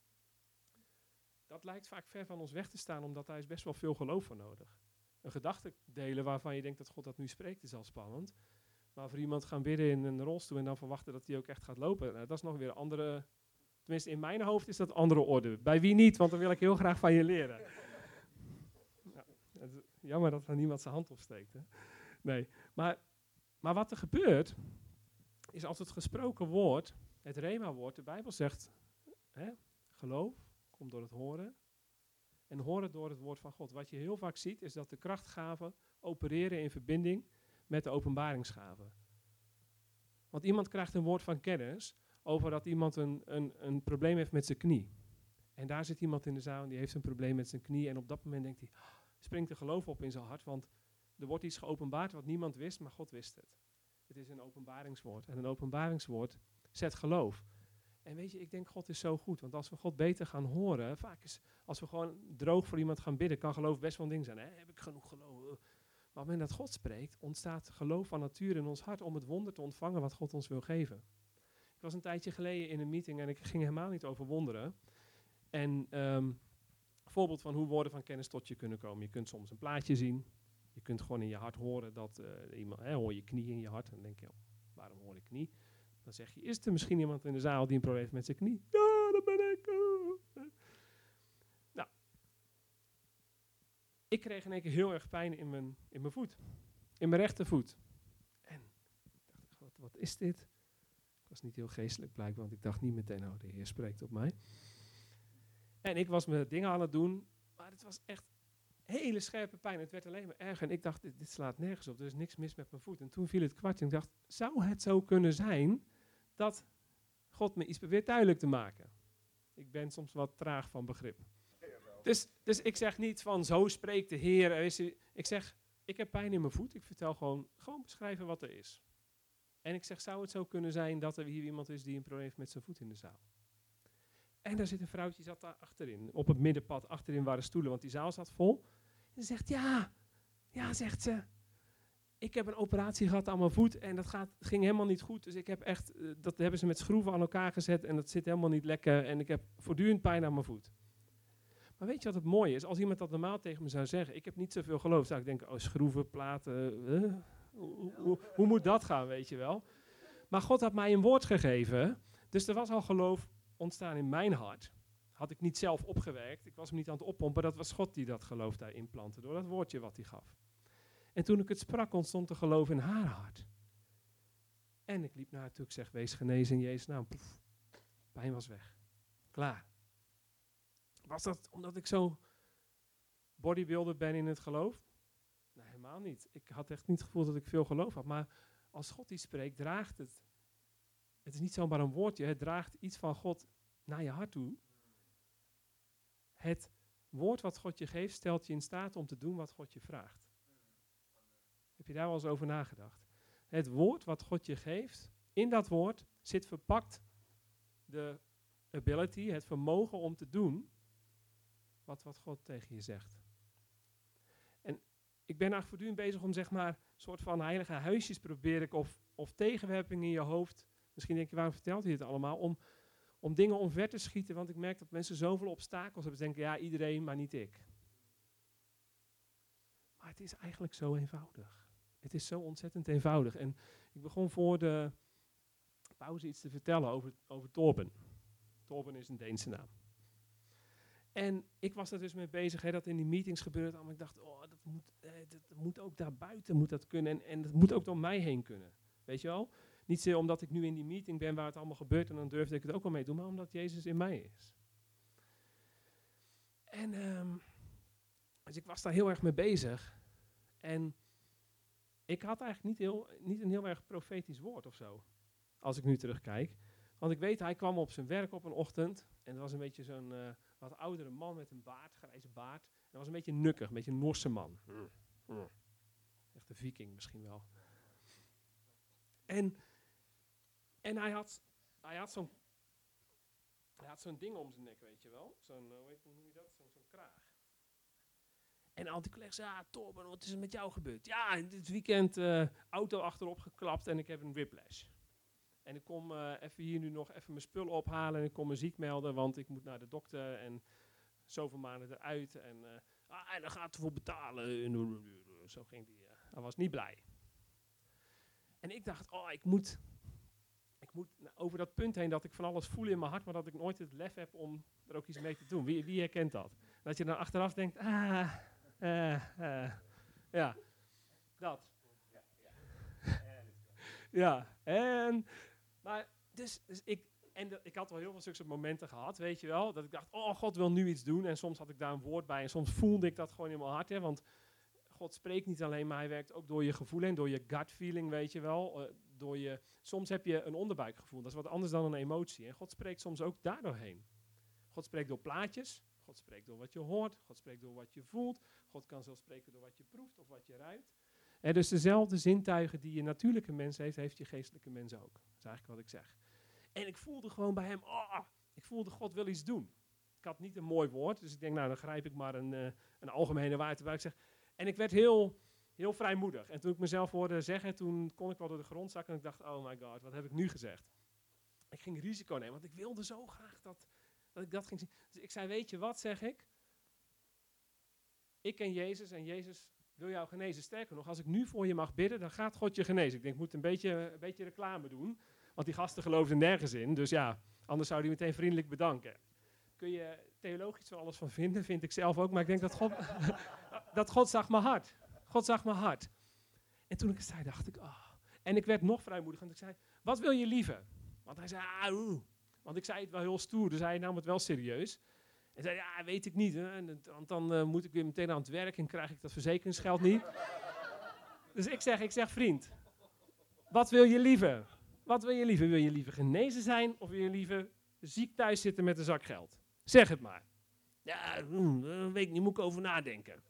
Dat lijkt vaak ver van ons weg te staan, omdat daar is best wel veel geloof voor nodig. Een gedachte delen waarvan je denkt dat God dat nu spreekt is al spannend. Maar voor iemand gaan bidden in een rolstoel en dan verwachten dat hij ook echt gaat lopen. Nou, dat is nog weer een andere... Tenminste, in mijn hoofd is dat andere orde. Bij wie niet, want dan wil ik heel graag van je leren. Ja, het is jammer dat er niemand zijn hand opsteekt. Hè? Nee, maar, maar wat er gebeurt, is als het gesproken woord, het rema-woord, de Bijbel zegt, hè, geloof komt door het horen en horen door het woord van God. Wat je heel vaak ziet, is dat de krachtgaven opereren in verbinding met de openbaringsgaven. Want iemand krijgt een woord van kennis over dat iemand een, een, een probleem heeft met zijn knie. En daar zit iemand in de zaal en die heeft een probleem met zijn knie. En op dat moment denkt hij, springt er geloof op in zijn hart, want er wordt iets geopenbaard wat niemand wist, maar God wist het. Het is een openbaringswoord. En een openbaringswoord zet geloof. En weet je, ik denk God is zo goed. Want als we God beter gaan horen, vaak is, als we gewoon droog voor iemand gaan bidden, kan geloof best wel een ding zijn. Hè? Heb ik genoeg geloof? Maar op het moment dat God spreekt, ontstaat geloof van nature in ons hart om het wonder te ontvangen wat God ons wil geven. Ik was een tijdje geleden in een meeting en ik ging helemaal niet over wonderen. En um, voorbeeld van hoe woorden van kennis tot je kunnen komen. Je kunt soms een plaatje zien. Je kunt gewoon in je hart horen dat uh, iemand, hè, hoor je knie in je hart. En dan denk je, oh, waarom hoor ik knie? Dan zeg je, is er misschien iemand in de zaal die een probleem heeft met zijn knie? Ja, dat ben ik. Uh. Nou, ik kreeg in één keer heel erg pijn in mijn, in mijn voet. In mijn rechtervoet. En ik dacht, wat, wat is dit? Ik was niet heel geestelijk blijkbaar, want ik dacht niet meteen, oh, de Heer spreekt op mij. En ik was mijn dingen aan het doen, maar het was echt hele scherpe pijn. Het werd alleen maar erger. En ik dacht, dit, dit slaat nergens op. Er is niks mis met mijn voet. En toen viel het kwartje. En ik dacht, zou het zo kunnen zijn dat God me iets probeert duidelijk te maken? Ik ben soms wat traag van begrip. Dus, dus ik zeg niet van, zo spreekt de Heer. Ik zeg, ik heb pijn in mijn voet. Ik vertel gewoon, gewoon beschrijven wat er is. En ik zeg, zou het zo kunnen zijn dat er hier iemand is die een probleem heeft met zijn voet in de zaal? En daar zit een vrouwtje, zat daar achterin, op het middenpad, achterin waren stoelen, want die zaal zat vol. En ze zegt, ja, ja, zegt ze, ik heb een operatie gehad aan mijn voet en dat gaat, ging helemaal niet goed. Dus ik heb echt, uh, dat hebben ze met schroeven aan elkaar gezet en dat zit helemaal niet lekker en ik heb voortdurend pijn aan mijn voet. Maar weet je wat het mooie is? Als iemand dat normaal tegen me zou zeggen, ik heb niet zoveel geloof, zou ik denken, oh, schroeven, platen, uh, hoe, hoe, hoe moet dat gaan, weet je wel? Maar God had mij een woord gegeven, dus er was al geloof ontstaan in mijn hart. Had ik niet zelf opgewerkt. Ik was hem niet aan het oppompen. Dat was God die dat geloof daar implantte. Door dat woordje wat hij gaf. En toen ik het sprak, ontstond er geloof in haar hart. En ik liep naar haar toe. Ik zeg, wees genezen in Jezus' naam. Poef. Pijn was weg. Klaar. Was dat omdat ik zo bodybuilder ben in het geloof? Nee, helemaal niet. Ik had echt niet het gevoel dat ik veel geloof had. Maar als God die spreekt, draagt het. Het is niet zomaar een woordje. Het draagt iets van God naar je hart toe. Het woord wat God je geeft, stelt je in staat om te doen wat God je vraagt. Heb je daar wel eens over nagedacht? Het woord wat God je geeft, in dat woord zit verpakt de ability, het vermogen om te doen wat, wat God tegen je zegt. En ik ben eigenlijk voortdurend bezig om zeg maar een soort van heilige huisjes probeer ik of, of tegenwerping in je hoofd. Misschien denk je, waarom vertelt hij het allemaal? Om Om dingen omver te schieten, want ik merk dat mensen zoveel obstakels hebben. Ze denken, ja, iedereen, maar niet ik. Maar het is eigenlijk zo eenvoudig. Het is zo ontzettend eenvoudig. En ik begon voor de pauze iets te vertellen over, over Torben. Torben is een Deense naam. En ik was er dus mee bezig, hè, dat in die meetings gebeurde. Maar ik dacht, oh, dat moet, eh, dat moet ook daar buiten moet dat kunnen. En, en dat moet ook door mij heen kunnen. Weet je wel? Niet zozeer omdat ik nu in die meeting ben waar het allemaal gebeurt en dan durfde ik het ook wel mee doen, maar omdat Jezus in mij is. En um, dus ik was daar heel erg mee bezig. En ik had eigenlijk niet, heel, niet een heel erg profetisch woord of zo. Als ik nu terugkijk. Want ik weet, hij kwam op zijn werk op een ochtend. En dat was een beetje zo'n uh, wat oudere man met een baard, grijze baard. En dat was een beetje nukkig, een beetje een Norse man. Mm. Mm. Echt een viking misschien wel. En, en hij had, hij had zo'n hij had zo'n ding om zijn nek, weet je wel. Zo'n, uh, hoe noem je dat? Zo'n, zo'n kraag. En al die collega's zei, ja, Torben, wat is er met jou gebeurd? Ja, dit weekend uh, auto achterop geklapt en ik heb een whiplash. En ik kom uh, even hier nu nog even mijn spullen ophalen en ik kom me ziek melden, want ik moet naar de dokter en zoveel maanden eruit. En, uh, ah, en dan gaat ervoor betalen. En zo ging die. Uh, hij was niet blij. En ik dacht, oh, ik moet, ik moet nou, over dat punt heen dat ik van alles voel in mijn hart, maar dat ik nooit het lef heb om er ook iets mee te doen. Wie, wie herkent dat? Dat je dan achteraf denkt, ah, uh, uh, ja, dat. Ja, en, maar, dus, dus ik, en de, ik had wel heel veel zulke momenten gehad, weet je wel, dat ik dacht, oh, God wil nu iets doen, en soms had ik daar een woord bij, en soms voelde ik dat gewoon in mijn hart, hè, want God spreekt niet alleen, maar hij werkt ook door je gevoel en door je gut feeling, weet je wel, uh, door je, soms heb je een onderbuikgevoel, dat is wat anders dan een emotie, en God spreekt soms ook daardoorheen. God spreekt door plaatjes, God spreekt door wat je hoort, God spreekt door wat je voelt, God kan zelfs spreken door wat je proeft of wat je ruikt. En dus dezelfde zintuigen die je natuurlijke mens heeft, heeft je geestelijke mens ook. Dat is eigenlijk wat ik zeg. En ik voelde gewoon bij hem, oh, ik voelde God wil iets doen. Ik had niet een mooi woord, dus ik denk, nou dan grijp ik maar een, uh, een algemene waarheid waar ik zeg. En ik werd heel, heel vrijmoedig. En toen ik mezelf hoorde zeggen, toen kon ik wel door de grond zakken en ik dacht, oh my god, wat heb ik nu gezegd? Ik ging risico nemen, want ik wilde zo graag dat, dat ik dat ging zien. Dus ik zei, weet je wat, zeg ik? Ik ken Jezus en Jezus wil jou genezen. Sterker nog, als ik nu voor je mag bidden, dan gaat God je genezen. Ik denk, ik moet een beetje, een beetje reclame doen. Want die gasten geloofden nergens in. Dus ja, anders zou hij meteen vriendelijk bedanken. Kun je theologisch wel alles van vinden, vind ik zelf ook. Maar ik denk dat God, dat God zag mijn hart. God zag mijn hart. En toen ik het zei, dacht ik, oh. En ik werd nog vrijmoedig. Want ik zei, wat wil je liever? Want hij zei, ah, oeh. Want ik zei het wel heel stoer, dus hij nam het wel serieus. En zei, ja, weet ik niet. Hè. Want dan uh, moet ik weer meteen aan het werk en krijg ik dat verzekeringsgeld niet. Dus ik zeg, ik zeg, vriend, wat wil je liever? Wat wil je liever? Wil je liever genezen zijn of wil je liever ziek thuis zitten met een zak geld? Zeg het maar. Ja, mm, weet ik niet, moet ik over nadenken.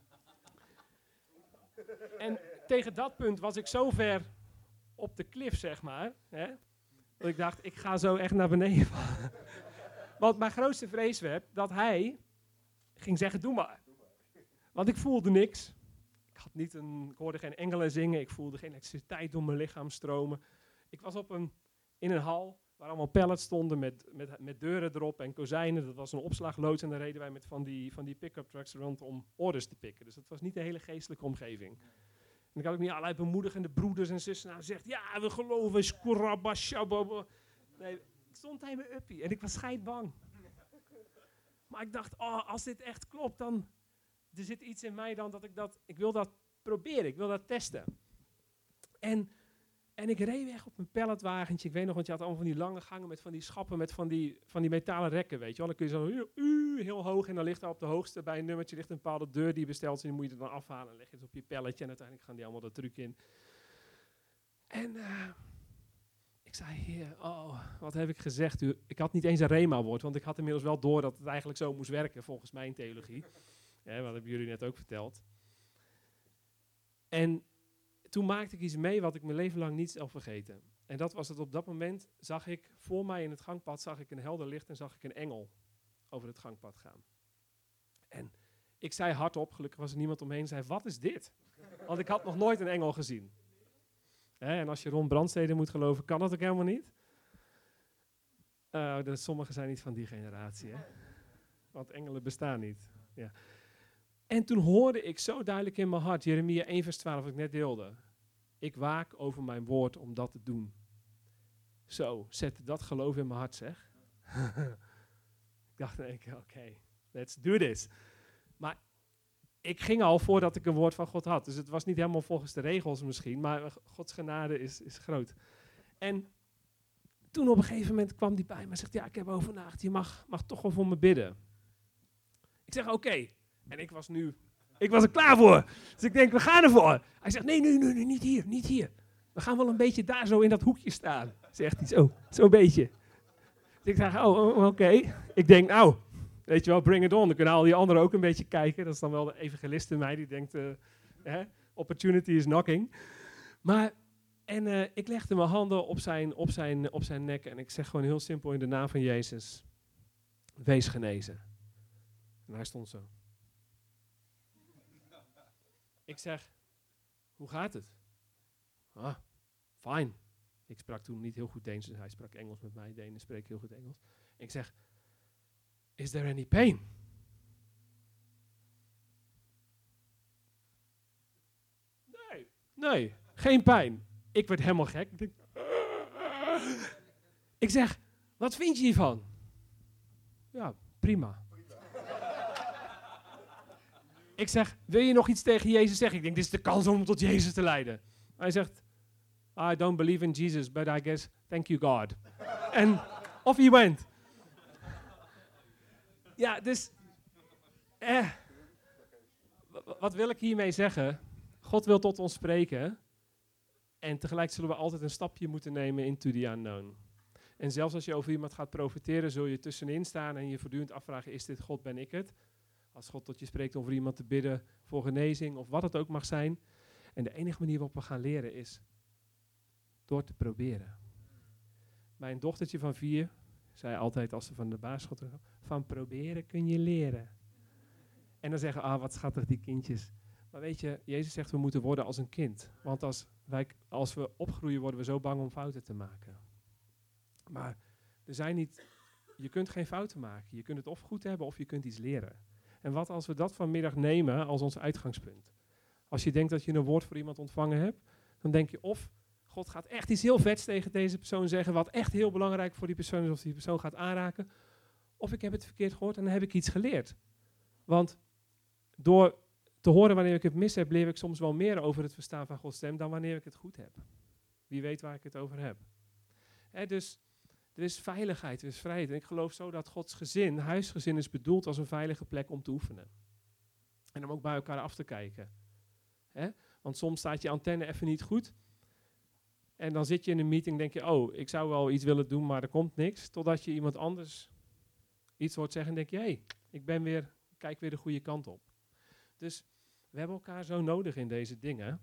En tegen dat punt was ik zo ver op de klif, zeg maar, hè, dat ik dacht, ik ga zo echt naar beneden vallen. Want mijn grootste vrees werd dat hij ging zeggen, doe maar. Want ik voelde niks. Ik, had niet een, ik hoorde geen engelen zingen, ik voelde geen elektriciteit door mijn lichaam stromen. Ik was op een, in een hal waar allemaal pallets stonden met, met, met deuren erop en kozijnen. Dat was een opslagloods en daar reden wij met van die, van die pick-up trucks rond om orders te pikken. Dus dat was niet een hele geestelijke omgeving. En ik had ook niet allerlei bemoedigende broeders en zussen nou zegt, ja, we geloven, skurabashababa. Nee, ik stond bij mijn uppie en ik was scheidbang. Maar ik dacht, oh, als dit echt klopt, dan er zit iets in mij dan dat ik dat, ik wil dat proberen, ik wil dat testen. En, en ik reed weg op een palletwagentje, ik weet nog, want je had allemaal van die lange gangen met van die schappen, met van die, van die metalen rekken, weet je wel. Dan kun je zo uh, uh, heel hoog en dan ligt daar op de hoogste, bij een nummertje ligt een bepaalde deur die je bestelt, en die moet je er dan afhalen en leg je het op je palletje en uiteindelijk gaan die allemaal dat truc in. En uh, ik zei, heer, oh, wat heb ik gezegd? U, ik had niet eens een rema-woord, want ik had inmiddels wel door dat het eigenlijk zo moest werken, volgens mijn theologie. Ja, wat hebben jullie net ook verteld. En toen maakte ik iets mee wat ik mijn leven lang niet zal vergeten. En dat was het, op dat moment zag ik, voor mij in het gangpad, zag ik een helder licht en zag ik een engel over het gangpad gaan. En ik zei hardop, gelukkig was er niemand omheen, zei, wat is dit? Want ik had nog nooit een engel gezien. Hè, en als je Ron Brandstede moet geloven, kan dat ook helemaal niet. Uh, de, sommigen zijn niet van die generatie, hè? Want engelen bestaan niet. Ja. En toen hoorde ik zo duidelijk in mijn hart, Jeremia één vers twaalf, wat ik net deelde. Ik waak over mijn woord om dat te doen. Zo, zette dat geloof in mijn hart, zeg. Ik dacht in één keer, oké, okay, let's do this. Maar ik ging al voordat ik een woord van God had. Dus het was niet helemaal volgens de regels misschien, maar Gods genade is, is groot. En toen op een gegeven moment kwam die bij me en zegt, ja, ik heb over nagedacht, je mag, mag toch wel voor me bidden. Ik Ik zeg, oké. Okay. En ik was nu, ik was er klaar voor. Dus ik denk, we gaan ervoor. Hij zegt, nee, nee, nee, nee, niet hier, niet hier. We gaan wel een beetje daar zo in dat hoekje staan. Zegt hij zo, zo'n beetje. Dus ik zeg, oh, oh oké. Okay. Ik denk, nou, weet je wel, bring it on. Dan kunnen al die anderen ook een beetje kijken. Dat is dan wel de evangelist in mij die denkt, uh, eh, opportunity is knocking. Maar, en uh, ik legde mijn handen op zijn, op, zijn, op zijn nek en ik zeg gewoon heel simpel in de naam van Jezus, wees genezen. En hij stond zo. Ik zeg, hoe gaat het? Ah, fijn. Ik sprak toen niet heel goed Deens, dus hij sprak Engels met mij. Denen spreken heel goed Engels. Ik zeg, is there any pain? Nee, nee, geen pijn. Ik werd helemaal gek. Ik, denk, ik zeg, wat vind je hiervan? Ja, prima. Ik zeg, wil je nog iets tegen Jezus zeggen? Ik denk, dit is de kans om hem tot Jezus te leiden. Hij zegt, I don't believe in Jesus, but I guess, thank you God. En off he went. Ja, dus, eh, w- wat wil ik hiermee zeggen? God wil tot ons spreken. En tegelijk zullen we altijd een stapje moeten nemen into the unknown. En zelfs als je over iemand gaat profiteren, zul je tussenin staan en je voortdurend afvragen, is dit God, ben ik het? Als God tot je spreekt om voor iemand te bidden voor genezing of wat het ook mag zijn. En de enige manier waarop we gaan leren is door te proberen. Mijn dochtertje van vier zei altijd als ze van de basisschool terug van proberen kun je leren. En dan zeggen, ah wat schattig die kindjes. Maar weet je, Jezus zegt we moeten worden als een kind. Want als, wij, als we opgroeien worden we zo bang om fouten te maken. Maar er zijn niet, je kunt geen fouten maken. Je kunt het of goed hebben of je kunt iets leren. En wat als we dat vanmiddag nemen als ons uitgangspunt? Als je denkt dat je een woord voor iemand ontvangen hebt, dan denk je of God gaat echt iets heel vets tegen deze persoon zeggen, wat echt heel belangrijk voor die persoon is, of die persoon gaat aanraken. Of ik heb het verkeerd gehoord en dan heb ik iets geleerd. Want door te horen wanneer ik het mis heb, leer ik soms wel meer over het verstaan van Gods stem dan wanneer ik het goed heb. Wie weet waar ik het over heb. Hè, dus er is veiligheid, er is vrijheid. En ik geloof zo dat Gods gezin, huisgezin, is bedoeld als een veilige plek om te oefenen. En om ook bij elkaar af te kijken. Hè? Want soms staat je antenne even niet goed. En dan zit je in een meeting en denk je, oh, ik zou wel iets willen doen, maar er komt niks. Totdat je iemand anders iets hoort zeggen en denk je, hé, hey, ik ben weer, kijk weer de goede kant op. Dus we hebben elkaar zo nodig in deze dingen.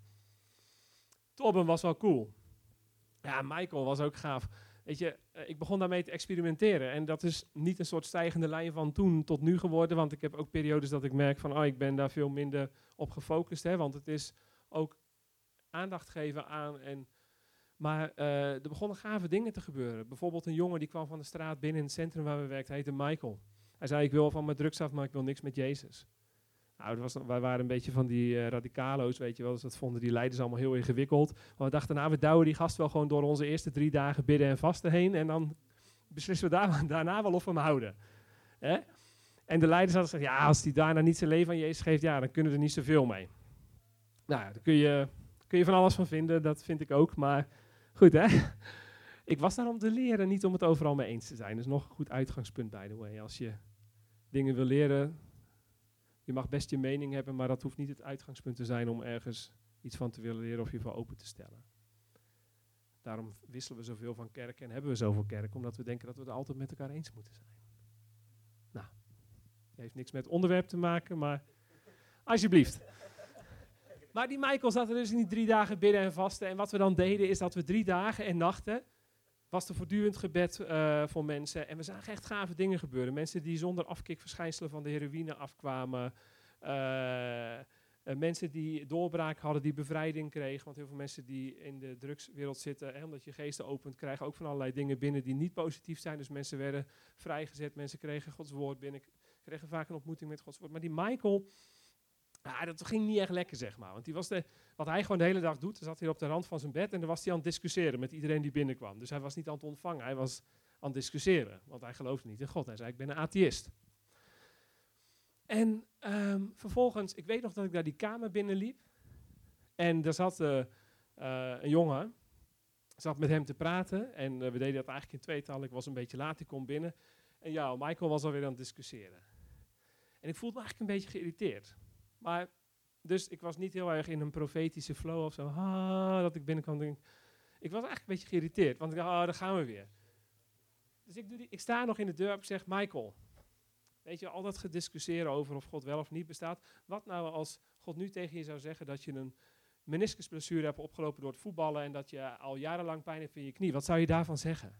Tobben was wel cool. Ja, Michael was ook gaaf. Weet je, uh, ik begon daarmee te experimenteren. En dat is niet een soort stijgende lijn van toen tot nu geworden. Want ik heb ook periodes dat ik merk van, oh, ik ben daar veel minder op gefocust. Hè, want het is ook aandacht geven aan. En, maar uh, er begonnen gave dingen te gebeuren. Bijvoorbeeld een jongen die kwam van de straat binnen in het centrum waar we werkten. Hij heette Michael. Hij zei, ik wil van mijn drugs af, maar ik wil niks met Jezus. Nou, dat was, wij waren een beetje van die uh, radicalo's, weet je wel. Dus dat vonden die leiders allemaal heel ingewikkeld. Maar we dachten, nou, we douwen die gast wel gewoon door onze eerste drie dagen bidden en vasten heen. En dan beslissen we daar, daarna wel of we hem houden. Hè? En de leiders hadden gezegd, ja, als die daarna niet zijn leven aan Jezus geeft, ja, dan kunnen we er niet zoveel mee. Nou, daar kun je, kun je van alles van vinden, dat vind ik ook. Maar goed, hè. Ik was daar om te leren, niet om het overal mee eens te zijn. Dat is nog een goed uitgangspunt, by the way. Als je dingen wil leren, je mag best je mening hebben, maar dat hoeft niet het uitgangspunt te zijn om ergens iets van te willen leren of je voor open te stellen. Daarom wisselen we zoveel van kerken en hebben we zoveel kerken, omdat we denken dat we het altijd met elkaar eens moeten zijn. Nou, het heeft niks met het onderwerp te maken, maar alsjeblieft. Maar die Michael zat er dus in die drie dagen bidden en vasten. En wat we dan deden is dat we drie dagen en nachten, was er voortdurend gebed uh, voor mensen. En we zagen echt gave dingen gebeuren. Mensen die zonder afkikverschijnselen van de heroïne afkwamen. Uh, uh, mensen die doorbraak hadden, die bevrijding kregen. Want heel veel mensen die in de drugswereld zitten, hè, omdat je geesten opent, krijgen ook van allerlei dingen binnen die niet positief zijn. Dus mensen werden vrijgezet, mensen kregen Gods woord binnen, kregen vaak een ontmoeting met Gods woord. Maar die Michael, ah, dat ging niet echt lekker, zeg maar. Want die was de, wat hij gewoon de hele dag doet, dan zat hij op de rand van zijn bed en dan was hij aan het discussiëren met iedereen die binnenkwam. Dus hij was niet aan het ontvangen, hij was aan het discussiëren. Want hij geloofde niet in God. Hij zei, ik ben een atheïst. En um, vervolgens, ik weet nog dat ik daar die kamer binnenliep. En daar zat uh, uh, een jongen, zat met hem te praten. En uh, we deden dat eigenlijk in tweetal. Ik was een beetje laat, ik kom binnen. En ja, Michael was alweer aan het discussiëren. En ik voelde me eigenlijk een beetje geïrriteerd. Maar, dus ik was niet heel erg in een profetische flow of zo. Ah, dat ik binnenkwam. Denk, ik was eigenlijk een beetje geïrriteerd. Want ik dacht, oh, daar gaan we weer. Dus ik, doe die, ik sta nog in de deur en ik zeg, Michael. Weet je, al dat gediscussiëren over of God wel of niet bestaat. Wat nou als God nu tegen je zou zeggen dat je een meniscusblessure hebt opgelopen door het voetballen en dat je al jarenlang pijn hebt in je knie. Wat zou je daarvan zeggen?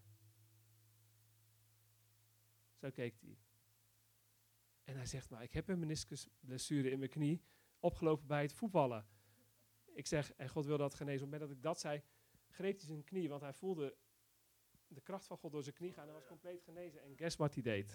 Zo keek hij. En hij zegt, maar ik heb een meniscusblessure in mijn knie opgelopen bij het voetballen. Ik zeg, en God wil dat genezen. Op het moment dat ik dat zei, greep hij zijn knie, want hij voelde de kracht van God door zijn knie gaan en was compleet genezen. En guess wat hij deed?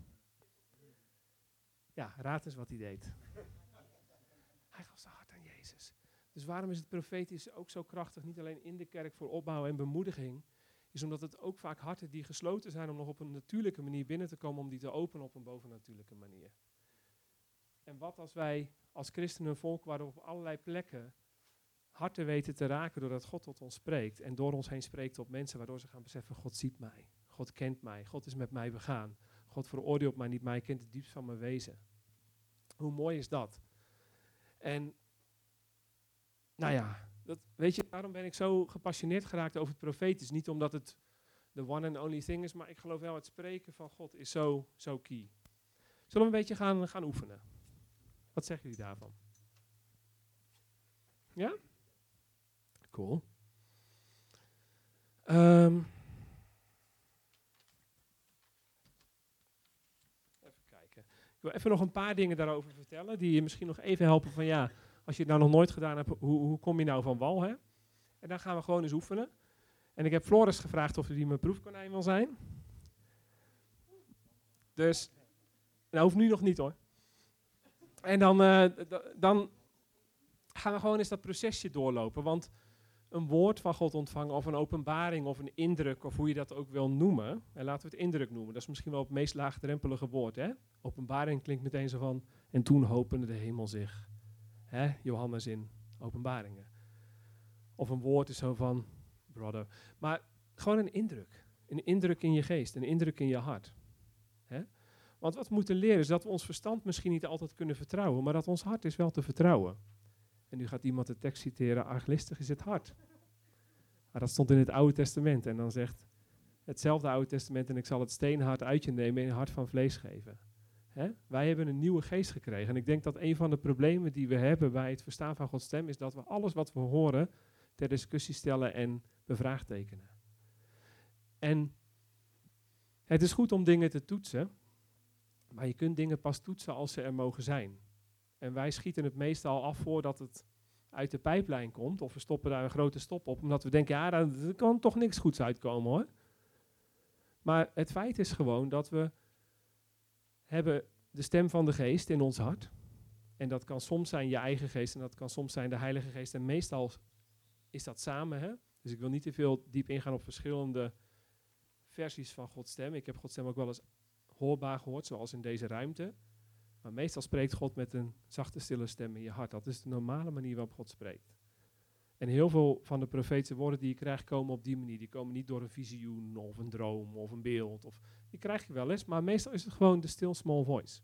Ja, raad eens wat hij deed. Hij gaf zijn hart aan Jezus. Dus waarom is het profetisch ook zo krachtig, niet alleen in de kerk voor opbouw en bemoediging, is omdat het ook vaak harten die gesloten zijn om nog op een natuurlijke manier binnen te komen, om die te openen op een bovennatuurlijke manier. En wat als wij als christenen een volk waren op allerlei plekken harten weten te raken doordat God tot ons spreekt en door ons heen spreekt tot mensen, waardoor ze gaan beseffen, God ziet mij, God kent mij, God is met mij begaan, God veroordeelt mij niet, maar hij kent het diepst van mijn wezen. Hoe mooi is dat? En nou ja, dat, weet je, daarom ben ik zo gepassioneerd geraakt over het profetisch. Niet omdat het de one and only thing is, maar ik geloof wel, het spreken van God is zo, zo key. Zullen we een beetje gaan, gaan oefenen? Wat zeggen jullie daarvan? Ja? Cool. Um, even kijken. Ik wil even nog een paar dingen daarover vertellen, die je misschien nog even helpen van ja, als je het nou nog nooit gedaan hebt, hoe, hoe kom je nou van wal, hè? En dan gaan we gewoon eens oefenen. En ik heb Floris gevraagd of hij mijn proefkonijn wil zijn. Dus, dat hoeft nu nog niet hoor. En dan, uh, d- dan gaan we gewoon eens dat procesje doorlopen. Want een woord van God ontvangen of een openbaring of een indruk, of hoe je dat ook wil noemen. En laten we het indruk noemen. Dat is misschien wel het meest laagdrempelige woord, hè? Openbaring klinkt meteen zo van, en toen opende de hemel zich. Hè? Johannes in Openbaringen. Of een woord is zo van, brother. Maar gewoon een indruk. Een indruk in je geest, een indruk in je hart. Hè? Want wat we moeten leren is dat we ons verstand misschien niet altijd kunnen vertrouwen, maar dat ons hart is wel te vertrouwen. En nu gaat iemand de tekst citeren, arglistig is het hart. Maar dat stond in het Oude Testament. En dan zegt hetzelfde Oude Testament, en ik zal het steenhart uit je nemen en een hart van vlees geven. Hè? Wij hebben een nieuwe geest gekregen. En ik denk dat een van de problemen die we hebben bij het verstaan van Gods stem is dat we alles wat we horen ter discussie stellen en bevraagtekenen. En het is goed om dingen te toetsen, maar je kunt dingen pas toetsen als ze er mogen zijn. En wij schieten het meestal af voordat het uit de pijplijn komt, of we stoppen daar een grote stop op, omdat we denken, ja, daar kan toch niks goeds uitkomen hoor. Maar het feit is gewoon dat we hebben de stem van de geest in ons hart. En dat kan soms zijn je eigen geest en dat kan soms zijn de Heilige Geest. En meestal is dat samen. Hè? Dus ik wil niet te veel diep ingaan op verschillende versies van Gods stem. Ik heb Gods stem ook wel eens hoorbaar gehoord, zoals in deze ruimte. Maar meestal spreekt God met een zachte, stille stem in je hart. Dat is de normale manier waarop God spreekt. En heel veel van de profetische woorden die je krijgt komen op die manier. Die komen niet door een visioen of een droom of een beeld. Of, die krijg je wel eens, maar meestal is het gewoon de still small voice.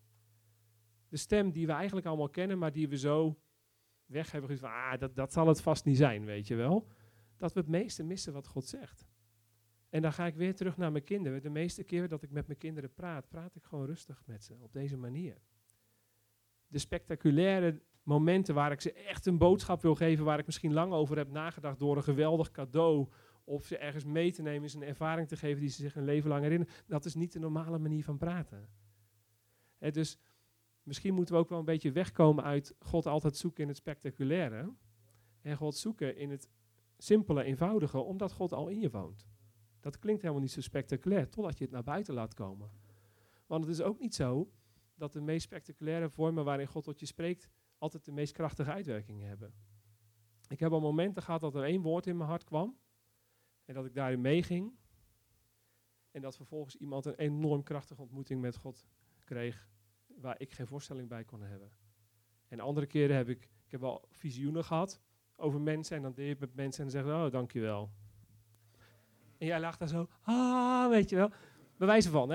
De stem die we eigenlijk allemaal kennen, maar die we zo weg hebben gezien van, ah, dat, dat zal het vast niet zijn, weet je wel. Dat we het meeste missen wat God zegt. En dan ga ik weer terug naar mijn kinderen. De meeste keer dat ik met mijn kinderen praat, praat ik gewoon rustig met ze op deze manier. De spectaculaire momenten waar ik ze echt een boodschap wil geven, waar ik misschien lang over heb nagedacht door een geweldig cadeau, of ze ergens mee te nemen, is een ervaring te geven die ze zich een leven lang herinneren. Dat is niet de normale manier van praten. He, dus misschien moeten we ook wel een beetje wegkomen uit God altijd zoeken in het spectaculaire. En God zoeken in het simpele, eenvoudige, omdat God al in je woont. Dat klinkt helemaal niet zo spectaculair, totdat je het naar buiten laat komen. Want het is ook niet zo dat de meest spectaculaire vormen waarin God tot je spreekt, altijd de meest krachtige uitwerkingen hebben. Ik heb al momenten gehad dat er één woord in mijn hart kwam, en dat ik daarin meeging, en dat vervolgens iemand een enorm krachtige ontmoeting met God kreeg, waar ik geen voorstelling bij kon hebben. En andere keren heb ik, ik heb wel visioenen gehad over mensen, en dan deed ik met mensen en dan zeg ik, oh, dankjewel. En jij lag daar zo, ah, weet je wel, bij wijze van, hè.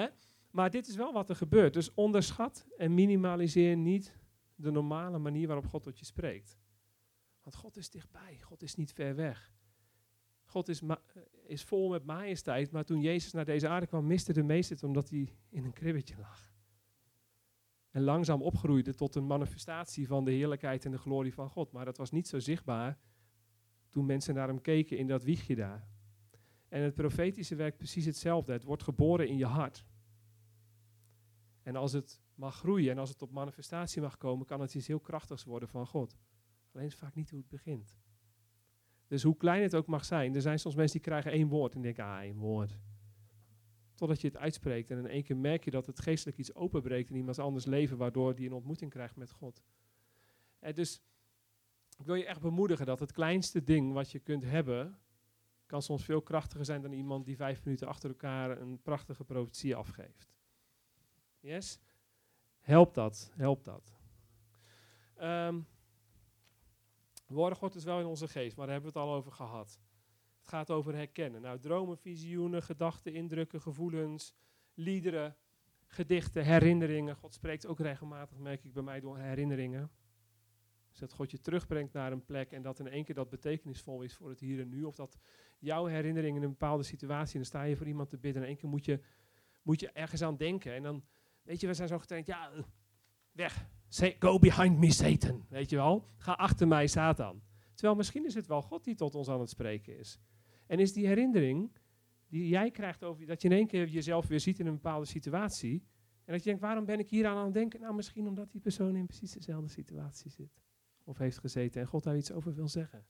Maar dit is wel wat er gebeurt. Dus onderschat en minimaliseer niet de normale manier waarop God tot je spreekt. Want God is dichtbij. God is niet ver weg. God is, ma- is vol met majesteit. Maar toen Jezus naar deze aarde kwam, miste de meeste het omdat hij in een kribbetje lag. En langzaam opgroeide tot een manifestatie van de heerlijkheid en de glorie van God. Maar dat was niet zo zichtbaar toen mensen naar hem keken in dat wiegje daar. En het profetische werkt precies hetzelfde. Het wordt geboren in je hart. En als het mag groeien en als het tot manifestatie mag komen, kan het iets heel krachtigs worden van God. Alleen is vaak niet hoe het begint. Dus hoe klein het ook mag zijn, er zijn soms mensen die krijgen één woord en denken, ah, één woord. Totdat je het uitspreekt en in één keer merk je dat het geestelijk iets openbreekt in iemands anders leven, waardoor die een ontmoeting krijgt met God. En dus ik wil je echt bemoedigen dat het kleinste ding wat je kunt hebben, kan soms veel krachtiger zijn dan iemand die vijf minuten achter elkaar een prachtige profetie afgeeft. Yes? Help dat, help dat. Um, woorden God is wel in onze geest, maar daar hebben we het al over gehad. Het gaat over herkennen. Nou, dromen, visioenen, gedachten, indrukken, gevoelens, liederen, gedichten, herinneringen. God spreekt ook regelmatig, merk ik bij mij, door herinneringen. Dus dat God je terugbrengt naar een plek en dat in één keer dat betekenisvol is voor het hier en nu. Of dat jouw herinnering in een bepaalde situatie, en dan sta je voor iemand te bidden en in één keer moet je, moet je ergens aan denken. En dan, weet je, we zijn zo getraind, ja, weg. Say, go behind me, Satan. Weet je wel? Ga achter mij, Satan. Terwijl misschien is het wel God die tot ons aan het spreken is. En is die herinnering die jij krijgt over dat je in één keer jezelf weer ziet in een bepaalde situatie. En dat je denkt, waarom ben ik hier aan het denken? Nou, misschien omdat die persoon in precies dezelfde situatie zit. Of heeft gezeten en God daar iets over wil zeggen.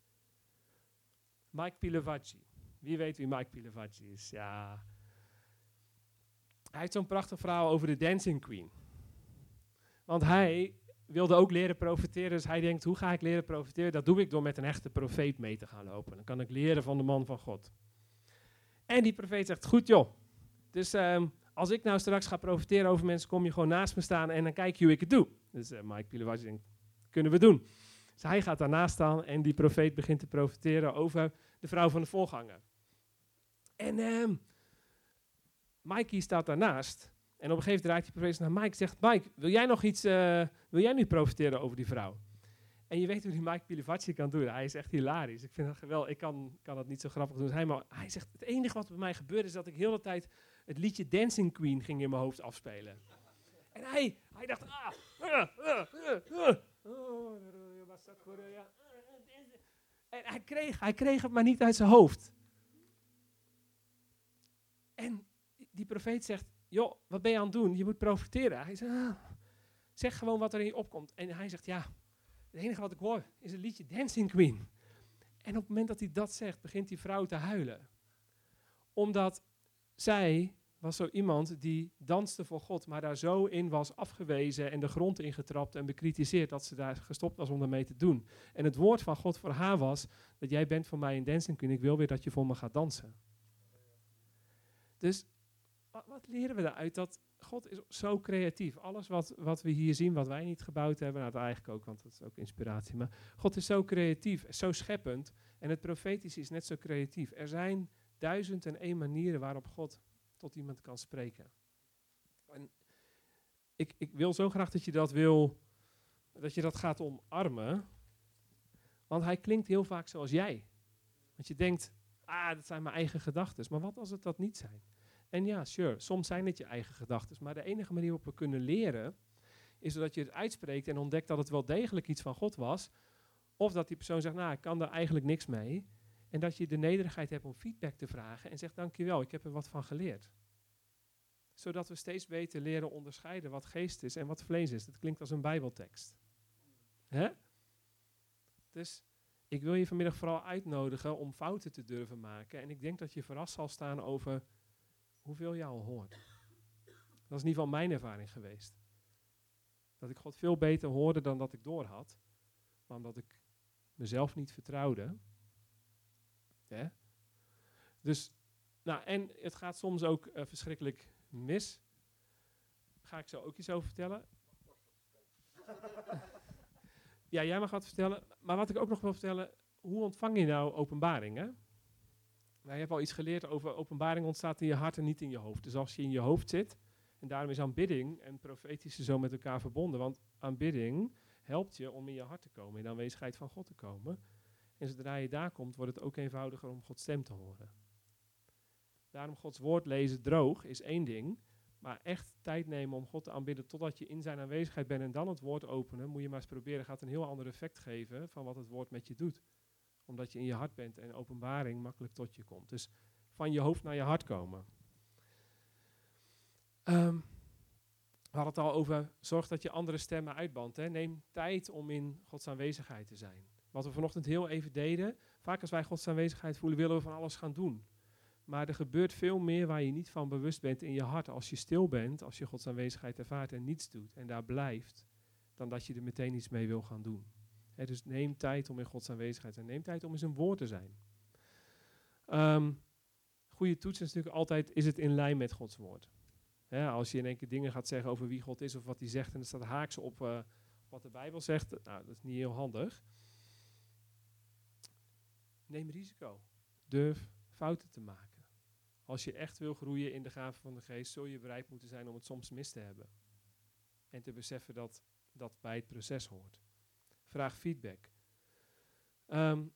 Mike Pilavachi. Wie weet wie Mike Pilavachi is? Ja. Hij heeft zo'n prachtig verhaal over de Dancing Queen. Want hij wilde ook leren profiteren. Dus hij denkt, hoe ga ik leren profiteren? Dat doe ik door met een echte profeet mee te gaan lopen. Dan kan ik leren van de man van God. En die profeet zegt, goed joh. Dus um, als ik nou straks ga profiteren over mensen, kom je gewoon naast me staan en dan kijk je hoe ik het doe. Dus uh, Mike Pilavachi denkt, kunnen we doen. Dus hij gaat daarnaast staan en die profeet begint te profiteren over de vrouw van de voorganger. En um, Mikey staat daarnaast. En op een gegeven moment draait die profeet naar Mike en zegt, Mike, wil jij nog iets, uh, wil jij nu profiteren over die vrouw? En je weet hoe die Mike Pilavachi kan doen. Hij is echt hilarisch. Ik vind dat geweldig. Ik kan, kan dat niet zo grappig doen. Hij, maar, hij zegt, het enige wat bij mij gebeurde is dat ik heel de tijd het liedje Dancing Queen ging in mijn hoofd afspelen. En hij, hij dacht, ah, uh, uh, uh, uh. En hij kreeg, hij kreeg het maar niet uit zijn hoofd. En die profeet zegt, joh, wat ben je aan het doen? Je moet profiteren. Hij zegt, ah, zeg gewoon wat er in je opkomt. En hij zegt, ja, het enige wat ik hoor is een liedje Dancing Queen. En op het moment dat hij dat zegt, begint die vrouw te huilen. Omdat zij was zo iemand die danste voor God, maar daar zo in was afgewezen en de grond ingetrapt en bekritiseerd dat ze daar gestopt was om daarmee te doen. En het woord van God voor haar was, dat jij bent voor mij een dancing queen, ik wil weer dat je voor me gaat dansen. Dus wat, wat leren we daaruit? Dat God is zo creatief. Alles wat, wat we hier zien, wat wij niet gebouwd hebben, nou dat eigenlijk ook, want dat is ook inspiratie, maar God is zo creatief, zo scheppend en het profetische is net zo creatief. Er zijn duizend en één manieren waarop God tot iemand kan spreken. En ik, ik wil zo graag dat je dat wil, dat je dat gaat omarmen, want hij klinkt heel vaak zoals jij. Want je denkt, ah, dat zijn mijn eigen gedachten, maar wat als het dat niet zijn? En ja, sure, soms zijn het je eigen gedachten, maar de enige manier waarop we kunnen leren, is doordat je het uitspreekt en ontdekt dat het wel degelijk iets van God was, of dat die persoon zegt, nou, ik kan daar eigenlijk niks mee. En dat je de nederigheid hebt om feedback te vragen en zegt, dankjewel, ik heb er wat van geleerd. Zodat we steeds beter leren onderscheiden wat geest is en wat vlees is. Dat klinkt als een bijbeltekst. Hè? Dus ik wil je vanmiddag vooral uitnodigen om fouten te durven maken. En ik denk dat je verrast zal staan over hoeveel je al hoort. Dat is in ieder geval mijn ervaring geweest. Dat ik God veel beter hoorde dan dat ik doorhad. Maar omdat ik mezelf niet vertrouwde. Hè? Dus, nou, en het gaat soms ook uh, verschrikkelijk mis. Ga ik zo ook iets over vertellen? Ja, jij mag wat vertellen. Maar wat ik ook nog wil vertellen, hoe ontvang je nou openbaringen? Nou, je hebt al iets geleerd over openbaring ontstaat in je hart en niet in je hoofd. Dus als je in je hoofd zit, En daarom is aanbidding en profetische zo met elkaar verbonden. Want aanbidding helpt je om in je hart te komen, in de aanwezigheid van God te komen. En zodra je daar komt, wordt het ook eenvoudiger om Gods stem te horen. Daarom Gods woord lezen droog is één ding. Maar echt tijd nemen om God te aanbidden totdat je in zijn aanwezigheid bent en dan het woord openen, moet je maar eens proberen, gaat een heel ander effect geven van wat het woord met je doet. Omdat je in je hart bent en openbaring makkelijk tot je komt. Dus van je hoofd naar je hart komen. Um, we hadden het al over, zorg dat je andere stemmen uitbandt. Hè. Neem tijd om in Gods aanwezigheid te zijn. Wat we vanochtend heel even deden, vaak als wij Gods aanwezigheid voelen, willen we van alles gaan doen. Maar er gebeurt veel meer waar je niet van bewust bent in je hart als je stil bent, als je Gods aanwezigheid ervaart en niets doet en daar blijft, dan dat je er meteen iets mee wil gaan doen. He, dus neem tijd om in Gods aanwezigheid te zijn. Neem tijd om in zijn woord te zijn. Um, goede toets is natuurlijk altijd, is het in lijn met Gods woord? He, als je in één keer dingen gaat zeggen over wie God is of wat hij zegt en er staat haaks op uh, wat de Bijbel zegt, nou, dat is niet heel handig. Neem risico. Durf fouten te maken. Als je echt wil groeien in de gave van de geest, zul je bereid moeten zijn om het soms mis te hebben. En te beseffen dat dat bij het proces hoort. Vraag feedback. Um,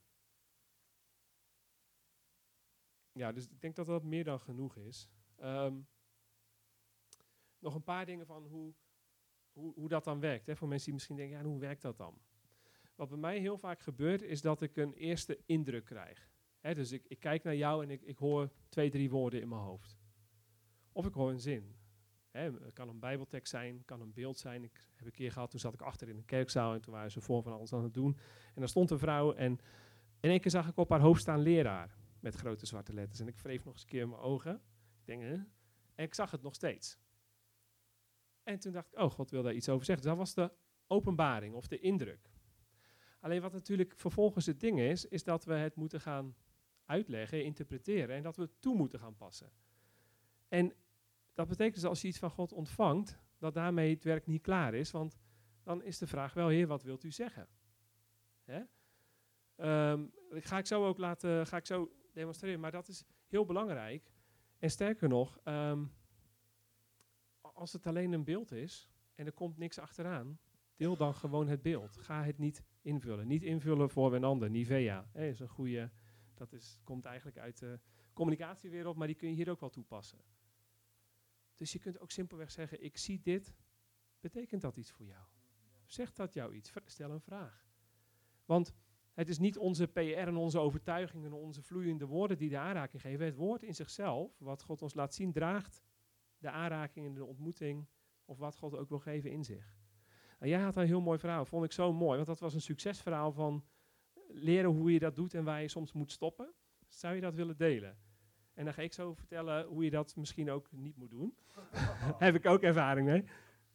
ja, dus ik denk dat dat meer dan genoeg is. Um, nog een paar dingen van hoe, hoe, hoe dat dan werkt. Hè, voor mensen die misschien denken, ja, hoe werkt dat dan? Wat bij mij heel vaak gebeurt, is dat ik een eerste indruk krijg. He, dus ik, ik kijk naar jou en ik, ik hoor twee, drie woorden in mijn hoofd. Of ik hoor een zin. He, het kan een bijbeltekst zijn, kan een beeld zijn. Ik heb een keer gehad, toen zat ik achter in een kerkzaal en toen waren ze voor van alles aan het doen. En daar stond een vrouw en in één keer zag ik op haar hoofd staan leraar. Met grote zwarte letters. En ik wreef nog eens een keer in mijn ogen. Ik denk, hè? En ik zag het nog steeds. En toen dacht ik, oh, God wil daar iets over zeggen. Dus dat was de openbaring of de indruk. Alleen wat natuurlijk vervolgens het ding is, is dat we het moeten gaan uitleggen, interpreteren en dat we het toe moeten gaan passen. En dat betekent dus als je iets van God ontvangt, dat daarmee het werk niet klaar is, want dan is de vraag wel, Heer, wat wilt u zeggen? Hè? Um, ga ik zo ook laten, ga ik zo demonstreren, maar dat is heel belangrijk. En sterker nog, um, als het alleen een beeld is en er komt niks achteraan, deel dan gewoon het beeld. Ga het niet invullen. Niet invullen voor een ander. Nivea hè, is een goede, dat is, komt eigenlijk uit de communicatiewereld, maar die kun je hier ook wel toepassen. Dus je kunt ook simpelweg zeggen, ik zie dit, betekent dat iets voor jou? Zegt dat jou iets? Stel een vraag. Want het is niet onze P R en onze overtuigingen en onze vloeiende woorden die de aanraking geven. Het woord in zichzelf, wat God ons laat zien, draagt de aanraking en de ontmoeting, of wat God ook wil geven in zich. En jij had een heel mooi verhaal, vond ik zo mooi, want dat was een succesverhaal van leren hoe je dat doet en waar je soms moet stoppen. Zou je dat willen delen? En dan ga ik zo vertellen hoe je dat misschien ook niet moet doen. Daar heb ik ook ervaring mee.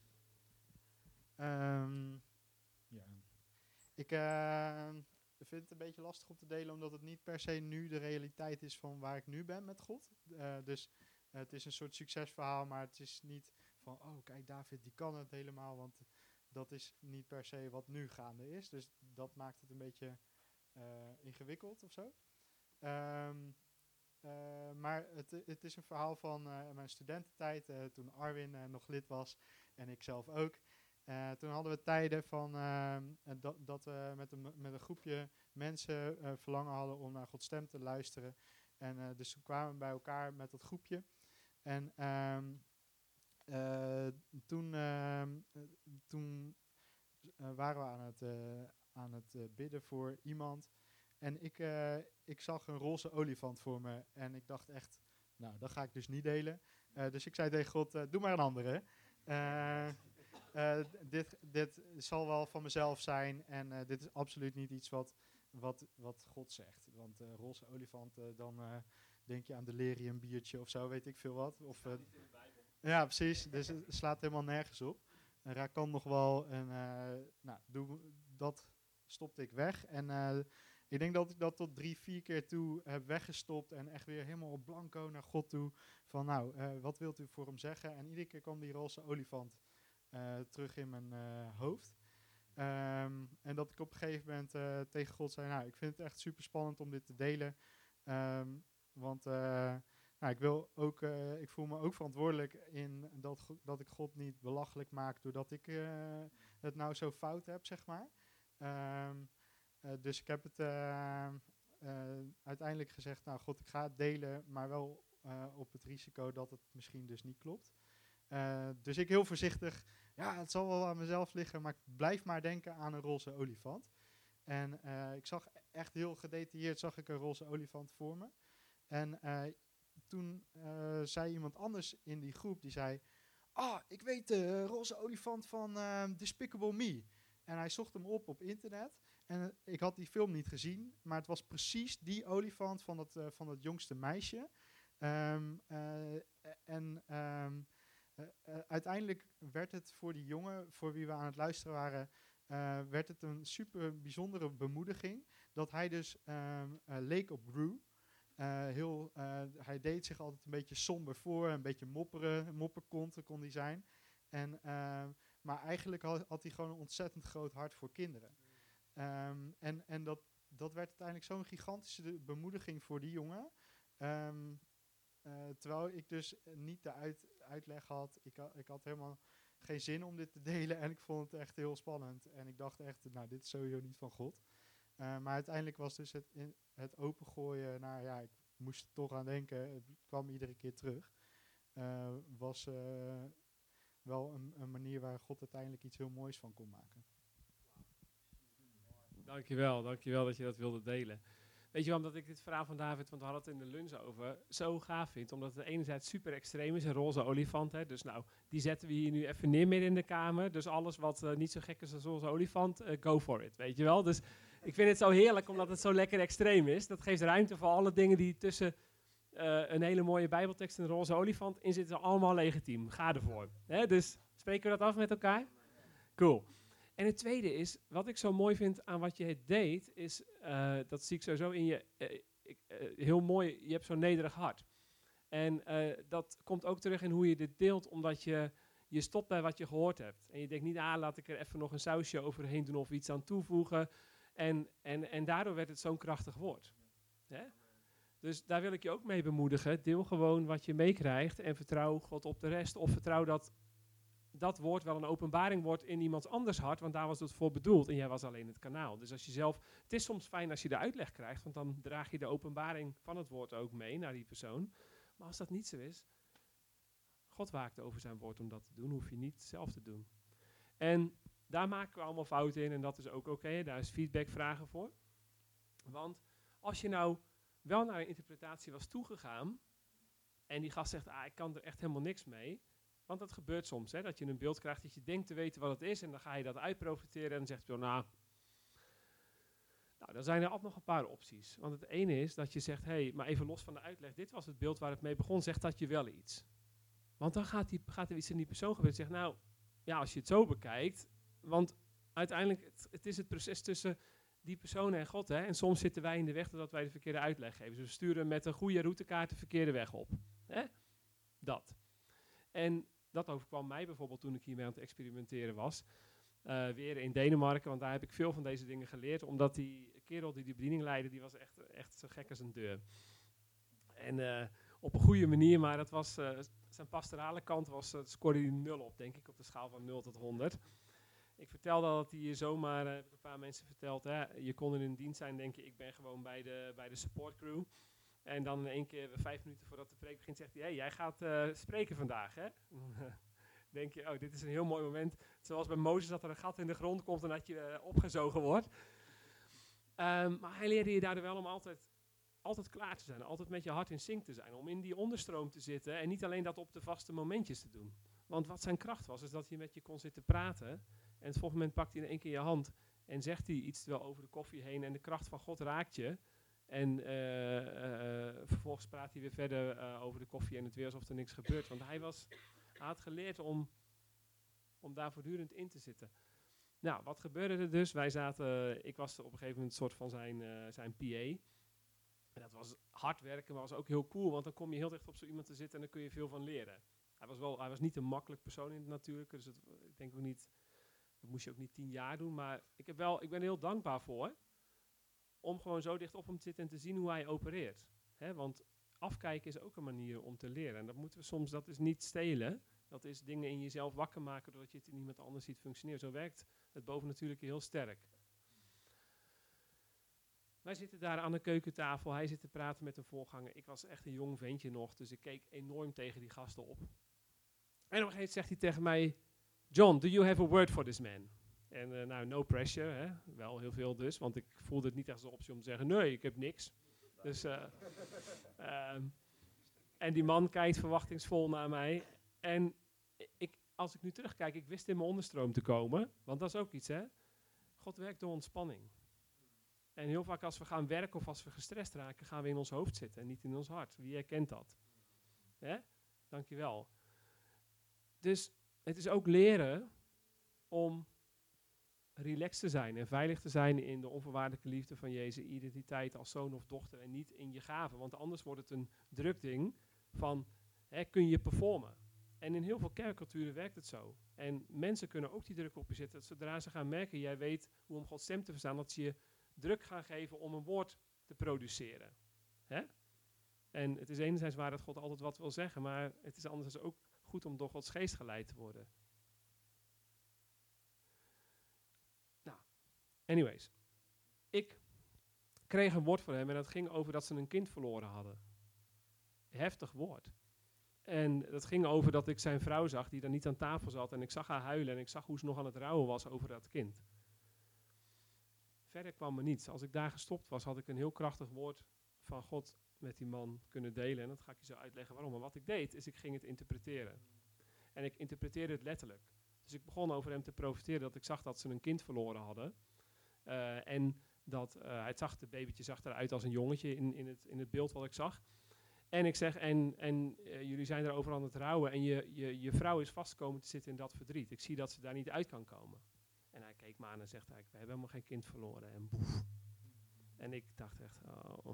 Um, ja. Ik uh, vind het een beetje lastig om te delen, omdat het niet per se nu de realiteit is van waar ik nu ben met God. Uh, dus uh, het is een soort succesverhaal, maar het is niet van, oh kijk David, die kan het helemaal, want dat is niet per se wat nu gaande is. Dus dat maakt het een beetje uh, ingewikkeld of zo. Um, uh, maar het, het is een verhaal van uh, mijn studententijd, uh, toen Arwin uh, nog lid was en ik zelf ook. Uh, toen hadden we tijden van, uh, dat, dat we met een, met een groepje mensen uh, verlangen hadden om naar Gods stem te luisteren. En uh, dus toen kwamen we bij elkaar met dat groepje. En um, uh, toen, uh, toen uh, waren we aan het, uh, aan het uh, bidden voor iemand. En ik, uh, ik zag een roze olifant voor me. En ik dacht echt, nou, dat ga ik dus niet delen. Uh, dus ik zei tegen God, uh, doe maar een andere. Uh, Uh, dit, dit zal wel van mezelf zijn en uh, dit is absoluut niet iets wat, wat, wat God zegt. Want uh, roze olifant, uh, dan uh, denk je aan delirium biertje of zo, weet ik veel wat. Of, uh, ja, precies. Dus het slaat helemaal nergens op. En raak kan nog wel. En uh, nou, doe, dat stopte ik weg. En uh, ik denk dat ik dat tot drie, vier keer toe heb weggestopt en echt weer helemaal op blanco naar God toe. Van nou, uh, wat wilt u voor hem zeggen? En iedere keer kwam die roze olifant Uh, terug in mijn uh, hoofd. Um, en dat ik op een gegeven moment uh, tegen God zei, nou, ik vind het echt super spannend om dit te delen. Um, want uh, Nou, ik, wil ook, uh, ik voel me ook verantwoordelijk in dat, go- dat ik God niet belachelijk maak doordat ik uh, het nou zo fout heb, zeg maar. Um, uh, dus ik heb het uh, uh, uiteindelijk gezegd, nou God, ik ga het delen, maar wel uh, op het risico dat het misschien dus niet klopt. Uh, dus ik heel voorzichtig, ja, het zal wel aan mezelf liggen, maar ik blijf maar denken aan een roze olifant. En uh, ik zag echt heel gedetailleerd, zag ik een roze olifant voor me. En uh, toen uh, zei iemand anders in die groep, die zei, ah, ik weet de uh, roze olifant van uh, Despicable Me. En hij zocht hem op op internet. En uh, ik had die film niet gezien, maar het was precies die olifant van dat, uh, van dat jongste meisje. Um, uh, en um, uh, uh, uiteindelijk werd het voor die jongen, voor wie we aan het luisteren waren, uh, werd het een super bijzondere bemoediging. Dat hij dus um, uh, leek op Gru. Uh, heel, uh, hij deed zich altijd een beetje somber voor, een beetje mopperen, een mopperkont kon hij zijn. En, uh, maar eigenlijk had, had hij gewoon een ontzettend groot hart voor kinderen. Um, en en dat, dat werd uiteindelijk zo'n gigantische bemoediging voor die jongen. Um, uh, terwijl ik dus niet de uit, uitleg had. Ik, ha, ik had helemaal geen zin om dit te delen en ik vond het echt heel spannend. En ik dacht echt, nou, dit is sowieso niet van God. Uh, maar uiteindelijk was dus het, in, het opengooien, nou ja, ik moest er toch aan denken, het kwam iedere keer terug. Uh, was uh, wel een, een manier waar God uiteindelijk iets heel moois van kon maken. Dankjewel, dankjewel dat je dat wilde delen. Weet je waarom dat ik dit verhaal van David, want we hadden het in de lunch over, zo gaaf vind? Omdat het enerzijds super extreem is, een roze olifant. Hè? Dus nou, die zetten we hier nu even neer midden in de kamer. Dus alles wat uh, niet zo gek is als een roze olifant, uh, go for it, weet je wel? Dus ik vind het zo heerlijk omdat het zo lekker extreem is. Dat geeft ruimte voor alle dingen die tussen uh, een hele mooie bijbeltekst en een roze olifant in zitten, allemaal legitiem. Ga ervoor. Hè? Dus spreken we dat af met elkaar? Cool. En het tweede is, wat ik zo mooi vind aan wat je deed, is, uh, dat zie ik sowieso in je, uh, ik, uh, heel mooi, je hebt zo'n nederig hart. En uh, dat komt ook terug in hoe je dit deelt, omdat je, je stopt bij wat je gehoord hebt. En je denkt niet, ah, laat ik er even nog een sausje overheen doen of iets aan toevoegen. En, en, en daardoor werd het zo'n krachtig woord. Hè? Dus daar wil ik je ook mee bemoedigen. Deel gewoon wat je meekrijgt en vertrouw God op de rest. Of vertrouw dat dat woord wel een openbaring wordt in iemands anders hart, want daar was het voor bedoeld en jij was alleen het kanaal. Dus als je zelf, het is soms fijn als je de uitleg krijgt, want dan draag je de openbaring van het woord ook mee naar die persoon. Maar als dat niet zo is, God waakt over zijn woord om dat te doen, hoef je niet zelf te doen. En daar maken we allemaal fouten in en dat is ook oké, okay, daar is feedback vragen voor. Want als je nou wel naar een interpretatie was toegegaan en die gast zegt, ah, ik kan er echt helemaal niks mee. Want dat gebeurt soms, hè, dat je een beeld krijgt dat je denkt te weten wat het is en dan ga je dat uitprofiteren en dan zegt je, nou, nou, dan zijn er altijd nog een paar opties. Want het ene is dat je zegt, hé, hey, maar even los van de uitleg, dit was het beeld waar het mee begon, zegt dat je wel iets. Want dan gaat, die, gaat er iets in die persoon gebeuren en zegt, nou, ja, als je het zo bekijkt, want uiteindelijk, het, het is het proces tussen die persoon en God, hè, en soms zitten wij in de weg doordat wij de verkeerde uitleg geven. Dus we sturen met een goede routekaart de verkeerde weg op. Hè? Dat. En dat overkwam mij bijvoorbeeld toen ik hiermee aan het experimenteren was. Uh, weer in Denemarken, want daar heb ik veel van deze dingen geleerd. Omdat die kerel die die bediening leidde, die was echt, echt zo gek als een deur. En uh, op een goede manier, maar dat was, uh, zijn pastorale kant was, uh, scoorde hij nul op, denk ik, op de schaal van nul tot honderd. Ik vertelde al dat hij hier zomaar, uh, heb ik een paar mensen verteld, hè, je kon in een dienst zijn, denk je, ik ben gewoon bij de, bij de support crew. En dan in één keer, vijf minuten voordat de preek begint, zegt hij, hey, jij gaat uh, spreken vandaag, hè? Denk je, oh, dit is een heel mooi moment. Zoals bij Mozes dat er een gat in de grond komt en dat je uh, opgezogen wordt. Um, maar hij leerde je daardoor wel om altijd, altijd klaar te zijn. Altijd met je hart in sync te zijn. Om in die onderstroom te zitten en niet alleen dat op de vaste momentjes te doen. Want wat zijn kracht was, is dat hij met je kon zitten praten. En het volgende moment pakt hij in één keer je hand en zegt hij iets wel over de koffie heen. En de kracht van God raakt je. En uh, uh, vervolgens praat hij weer verder uh, over de koffie en het weer alsof er niks gebeurt. Want hij, was, hij had geleerd om, om daar voortdurend in te zitten. Nou, wat gebeurde er dus? Wij zaten, ik was op een gegeven moment een soort van zijn, uh, zijn P A. En dat was hard werken, maar was ook heel cool. Want dan kom je heel dicht op zo iemand te zitten en dan kun je veel van leren. Hij was, wel, hij was niet een makkelijk persoon in het natuurlijke. Dus het, ik denk ook niet, dat moest je ook niet tien jaar doen. Maar ik, heb wel, ik ben er heel dankbaar voor. Om gewoon zo dicht op hem te zitten en te zien hoe hij opereert. Hè, want afkijken is ook een manier om te leren. En dat moeten we soms, dat is niet stelen. Dat is dingen in jezelf wakker maken doordat je het in iemand anders ziet functioneren. Zo werkt het bovennatuurlijke heel sterk. Wij zitten daar aan de keukentafel. Hij zit te praten met een voorganger. Ik was echt een jong ventje nog, dus ik keek enorm tegen die gasten op. En op een gegeven moment zegt hij tegen mij, John, do you have a word for this man? En uh, nou, no pressure, hè? Wel heel veel dus, want ik voelde het niet echt als een optie om te zeggen, nee, ik heb niks. Dus, uh, um, en die man kijkt verwachtingsvol naar mij. En ik, als ik nu terugkijk, ik wist in mijn onderstroom te komen, want dat is ook iets, hè. God werkt door ontspanning. En heel vaak als we gaan werken of als we gestrest raken, gaan we in ons hoofd zitten en niet in ons hart. Wie herkent dat? Hè? Dankjewel. Dus het is ook leren om relaxed te zijn en veilig te zijn in de onvoorwaardelijke liefde van Jezus, identiteit als zoon of dochter en niet in je gaven. Want anders wordt het een druk ding van, hè, kun je performen. En in heel veel kerkculturen werkt het zo. En mensen kunnen ook die druk op je zetten. Dat zodra ze gaan merken, jij weet hoe om Gods stem te verstaan, dat ze je druk gaan geven om een woord te produceren. Hè? En het is enerzijds waar dat God altijd wat wil zeggen, maar het is anderzijds ook goed om door Gods geest geleid te worden. Nou, anyways. Ik kreeg een woord voor hem en dat ging over dat ze een kind verloren hadden. Heftig woord. En dat ging over dat ik zijn vrouw zag die dan niet aan tafel zat en ik zag haar huilen en ik zag hoe ze nog aan het rouwen was over dat kind. Verder kwam er niets. Als ik daar gestopt was, had ik een heel krachtig woord van God met die man kunnen delen. En dat ga ik je zo uitleggen waarom. Maar wat ik deed, is ik ging het interpreteren. En ik interpreteerde het letterlijk. Dus ik begon over hem te profiteren dat ik zag dat ze een kind verloren hadden. Uh, en dat uh, het zag, het babytje zag eruit als een jongetje in, in, het, in het beeld wat ik zag. En ik zeg, en, en uh, jullie zijn erover aan het rouwen en je, je, je vrouw is vastgekomen te zitten in dat verdriet. Ik zie dat ze daar niet uit kan komen. En hij keek me aan en zegt, we hebben helemaal geen kind verloren. En boef. En ik dacht echt, oh.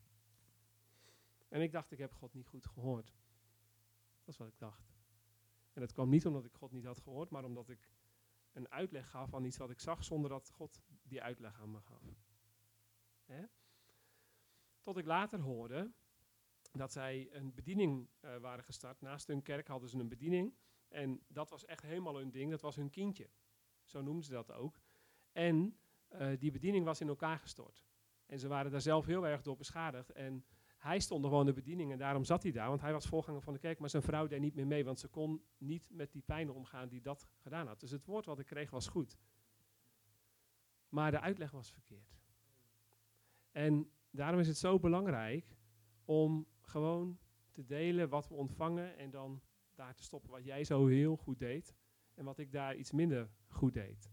En ik dacht, ik heb God niet goed gehoord. Dat is wat ik dacht. En dat kwam niet omdat ik God niet had gehoord, maar omdat ik een uitleg gaf aan iets wat ik zag, zonder dat God die uitleg aan me gaf. Hè? Tot ik later hoorde dat zij een bediening uh, waren gestart. Naast hun kerk hadden ze een bediening. En dat was echt helemaal hun ding, dat was hun kindje. Zo noemden ze dat ook. En uh, die bediening was in elkaar gestort. En ze waren daar zelf heel erg door beschadigd. En hij stond gewoon de bediening en daarom zat hij daar. Want hij was voorganger van de kerk, maar zijn vrouw deed niet meer mee. Want ze kon niet met die pijn omgaan die dat gedaan had. Dus het woord wat ik kreeg was goed. Maar de uitleg was verkeerd. En daarom is het zo belangrijk om gewoon te delen wat we ontvangen. En dan daar te stoppen wat jij zo heel goed deed. En wat ik daar iets minder goed deed.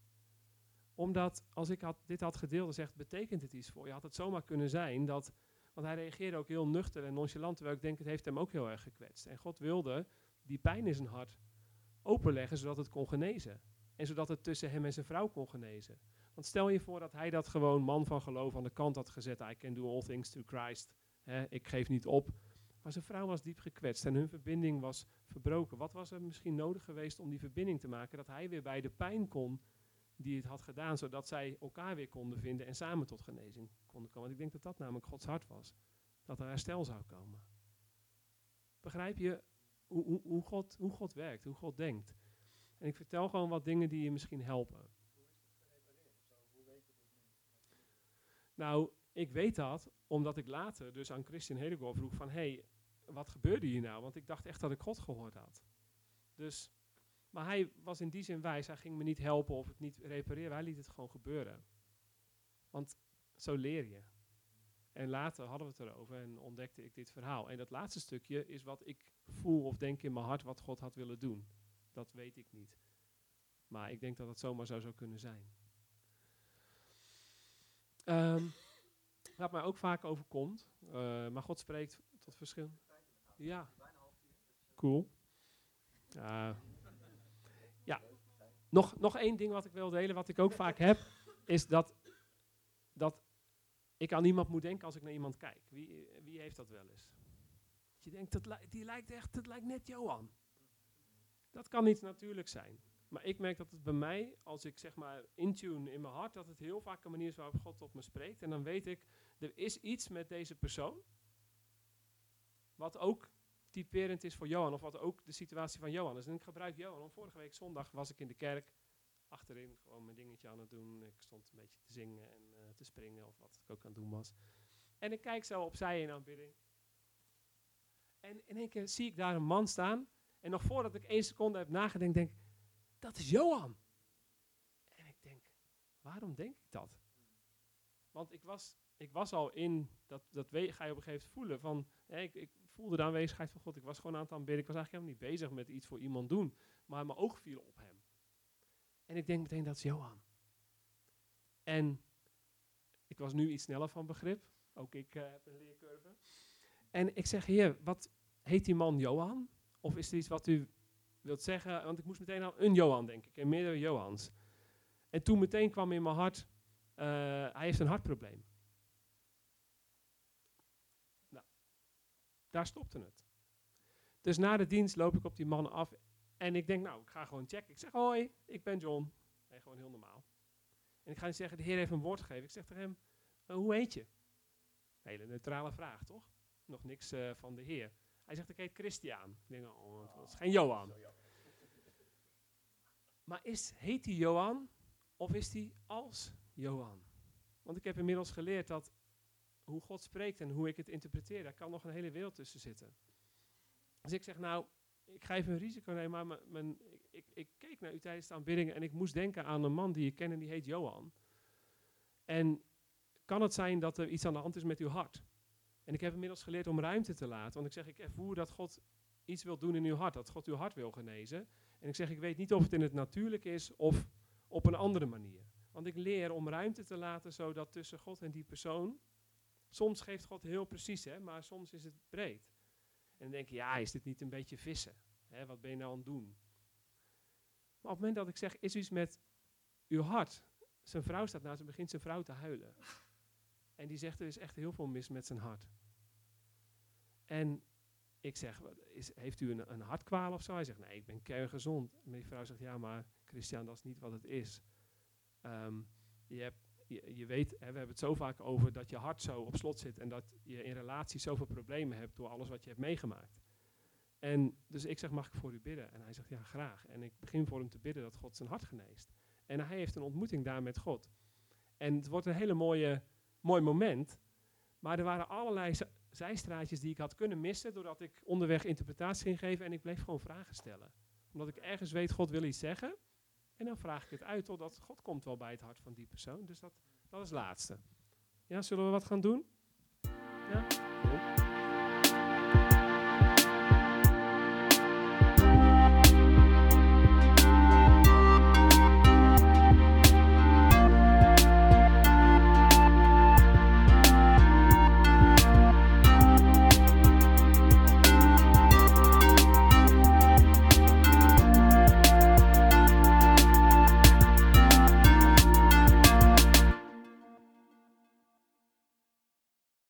Omdat als ik had, dit had gedeeld en zegt, betekent het iets voor je? Had het zomaar kunnen zijn dat, want hij reageerde ook heel nuchter en nonchalant, terwijl ik denk, het heeft hem ook heel erg gekwetst. En God wilde die pijn in zijn hart openleggen, zodat het kon genezen. En zodat het tussen hem en zijn vrouw kon genezen. Want stel je voor dat hij dat gewoon man van geloof aan de kant had gezet. I can do all things through Christ. He, ik geef niet op. Maar zijn vrouw was diep gekwetst en hun verbinding was verbroken. Wat was er misschien nodig geweest om die verbinding te maken? Dat hij weer bij de pijn kon die het had gedaan, zodat zij elkaar weer konden vinden en samen tot genezing konden komen. Want ik denk dat dat namelijk Gods hart was. Dat er herstel zou komen. Begrijp je hoe, hoe, hoe, God, hoe God werkt, hoe God denkt? En ik vertel gewoon wat dingen die je misschien helpen. Hoe is het gerepareerd of zo? Hoe weet je dit nu? Nou, ik weet dat omdat ik later dus aan Christian Hedegaard vroeg van, hé, hey, wat gebeurde hier nou? Want ik dacht echt dat ik God gehoord had. Dus, maar hij was in die zin wijs, hij ging me niet helpen of het niet repareren, hij liet het gewoon gebeuren. Want zo leer je. En later hadden we het erover en ontdekte ik dit verhaal. En dat laatste stukje is wat ik voel of denk in mijn hart wat God had willen doen. Dat weet ik niet. Maar ik denk dat het zomaar zo zou kunnen zijn. Um, wat mij ook vaak overkomt, uh, maar God spreekt tot verschil. Ja, cool. Uh, ja, nog, nog één ding wat ik wil delen, wat ik ook vaak heb, is dat, dat ik aan iemand moet denken als ik naar iemand kijk. Wie, wie heeft dat wel eens? Je denkt, dat li- die lijkt echt, dat lijkt net Johan. Dat kan niet natuurlijk zijn. Maar ik merk dat het bij mij, als ik zeg maar intune in mijn hart, dat het heel vaak een manier is waarop God tot me spreekt. En dan weet ik, er is iets met deze persoon wat ook typerend is voor Johan, of wat ook de situatie van Johan is. En ik gebruik Johan, want vorige week zondag was ik in de kerk, achterin gewoon mijn dingetje aan het doen. Ik stond een beetje te zingen en uh, te springen, of wat ik ook aan het doen was. En ik kijk zo opzij in aanbidding. En in één keer zie ik daar een man staan, en nog voordat ik één seconde heb nagedacht, denk ik, dat is Johan. En ik denk, waarom denk ik dat? Want ik was, ik was al in, dat, dat we, ga je op een gegeven moment voelen, van, hè, ik, ik voelde de aanwezigheid van God, ik was gewoon aan het aanbidden, ik was eigenlijk helemaal niet bezig met iets voor iemand doen, maar mijn oog viel op hem. En ik denk meteen, dat is Johan. En ik was nu iets sneller van begrip, ook ik uh, heb een leercurve. En ik zeg, heer, wat heet die man Johan? Of is er iets wat u wilt zeggen? Want ik moest meteen aan een Johan denken, en meerdere Johans. En toen meteen kwam in mijn hart, uh, hij heeft een hartprobleem. Nou, daar stopte het. Dus na de dienst loop ik op die man af en ik denk, nou, ik ga gewoon checken. Ik zeg, hoi, ik ben John. Nee, gewoon heel normaal. En ik ga hem zeggen, de Heer heeft een woord gegeven. Ik zeg tegen hem, uh, hoe heet je? Een hele neutrale vraag, toch? Nog niks uh, van de Heer. Hij zegt, ik heet Christian. Ik denk, oh, dat is geen Johan. Maar is, heet hij Johan of is hij als Johan? Want ik heb inmiddels geleerd dat hoe God spreekt en hoe ik het interpreteer, daar kan nog een hele wereld tussen zitten. Dus ik zeg, nou, ik ga even een risico nemen, maar mijn, mijn, ik, ik, ik keek naar u tijdens de aanbiddingen en ik moest denken aan een man die ik ken en die heet Johan. En kan het zijn dat er iets aan de hand is met uw hart? En ik heb inmiddels geleerd om ruimte te laten, want ik zeg, ik ervoer dat God iets wil doen in uw hart, dat God uw hart wil genezen. En ik zeg, ik weet niet of het in het natuurlijk is of op een andere manier. Want ik leer om ruimte te laten, zodat tussen God en die persoon, soms geeft God heel precies, hè, maar soms is het breed. En dan denk je, ja, is dit niet een beetje vissen? Hè, wat ben je nou aan het doen? Maar op het moment dat ik zeg, is iets met uw hart. Zijn vrouw staat naast hem, begint zijn vrouw te huilen. En die zegt, er is echt heel veel mis met zijn hart. En ik zeg, is, heeft u een, een hartkwaal of zo? Hij zegt, nee, ik ben kerngezond. En die vrouw zegt, ja, maar Christian, dat is niet wat het is. Um, je, hebt, je, je weet, hè, we hebben het zo vaak over dat je hart zo op slot zit en dat je in relatie zoveel problemen hebt door alles wat je hebt meegemaakt. En dus ik zeg, mag ik voor u bidden? En hij zegt, ja, graag. En ik begin voor hem te bidden dat God zijn hart geneest. En hij heeft een ontmoeting daar met God. En het wordt een hele mooie, mooi moment. Maar er waren allerlei z- zijstraatjes die ik had kunnen missen, doordat ik onderweg interpretatie ging geven en ik bleef gewoon vragen stellen. Omdat ik ergens weet, God wil iets zeggen. En dan vraag ik het uit totdat God komt wel bij het hart van die persoon. Dus dat, dat is het laatste. Ja, zullen we wat gaan doen? Ja? Cool.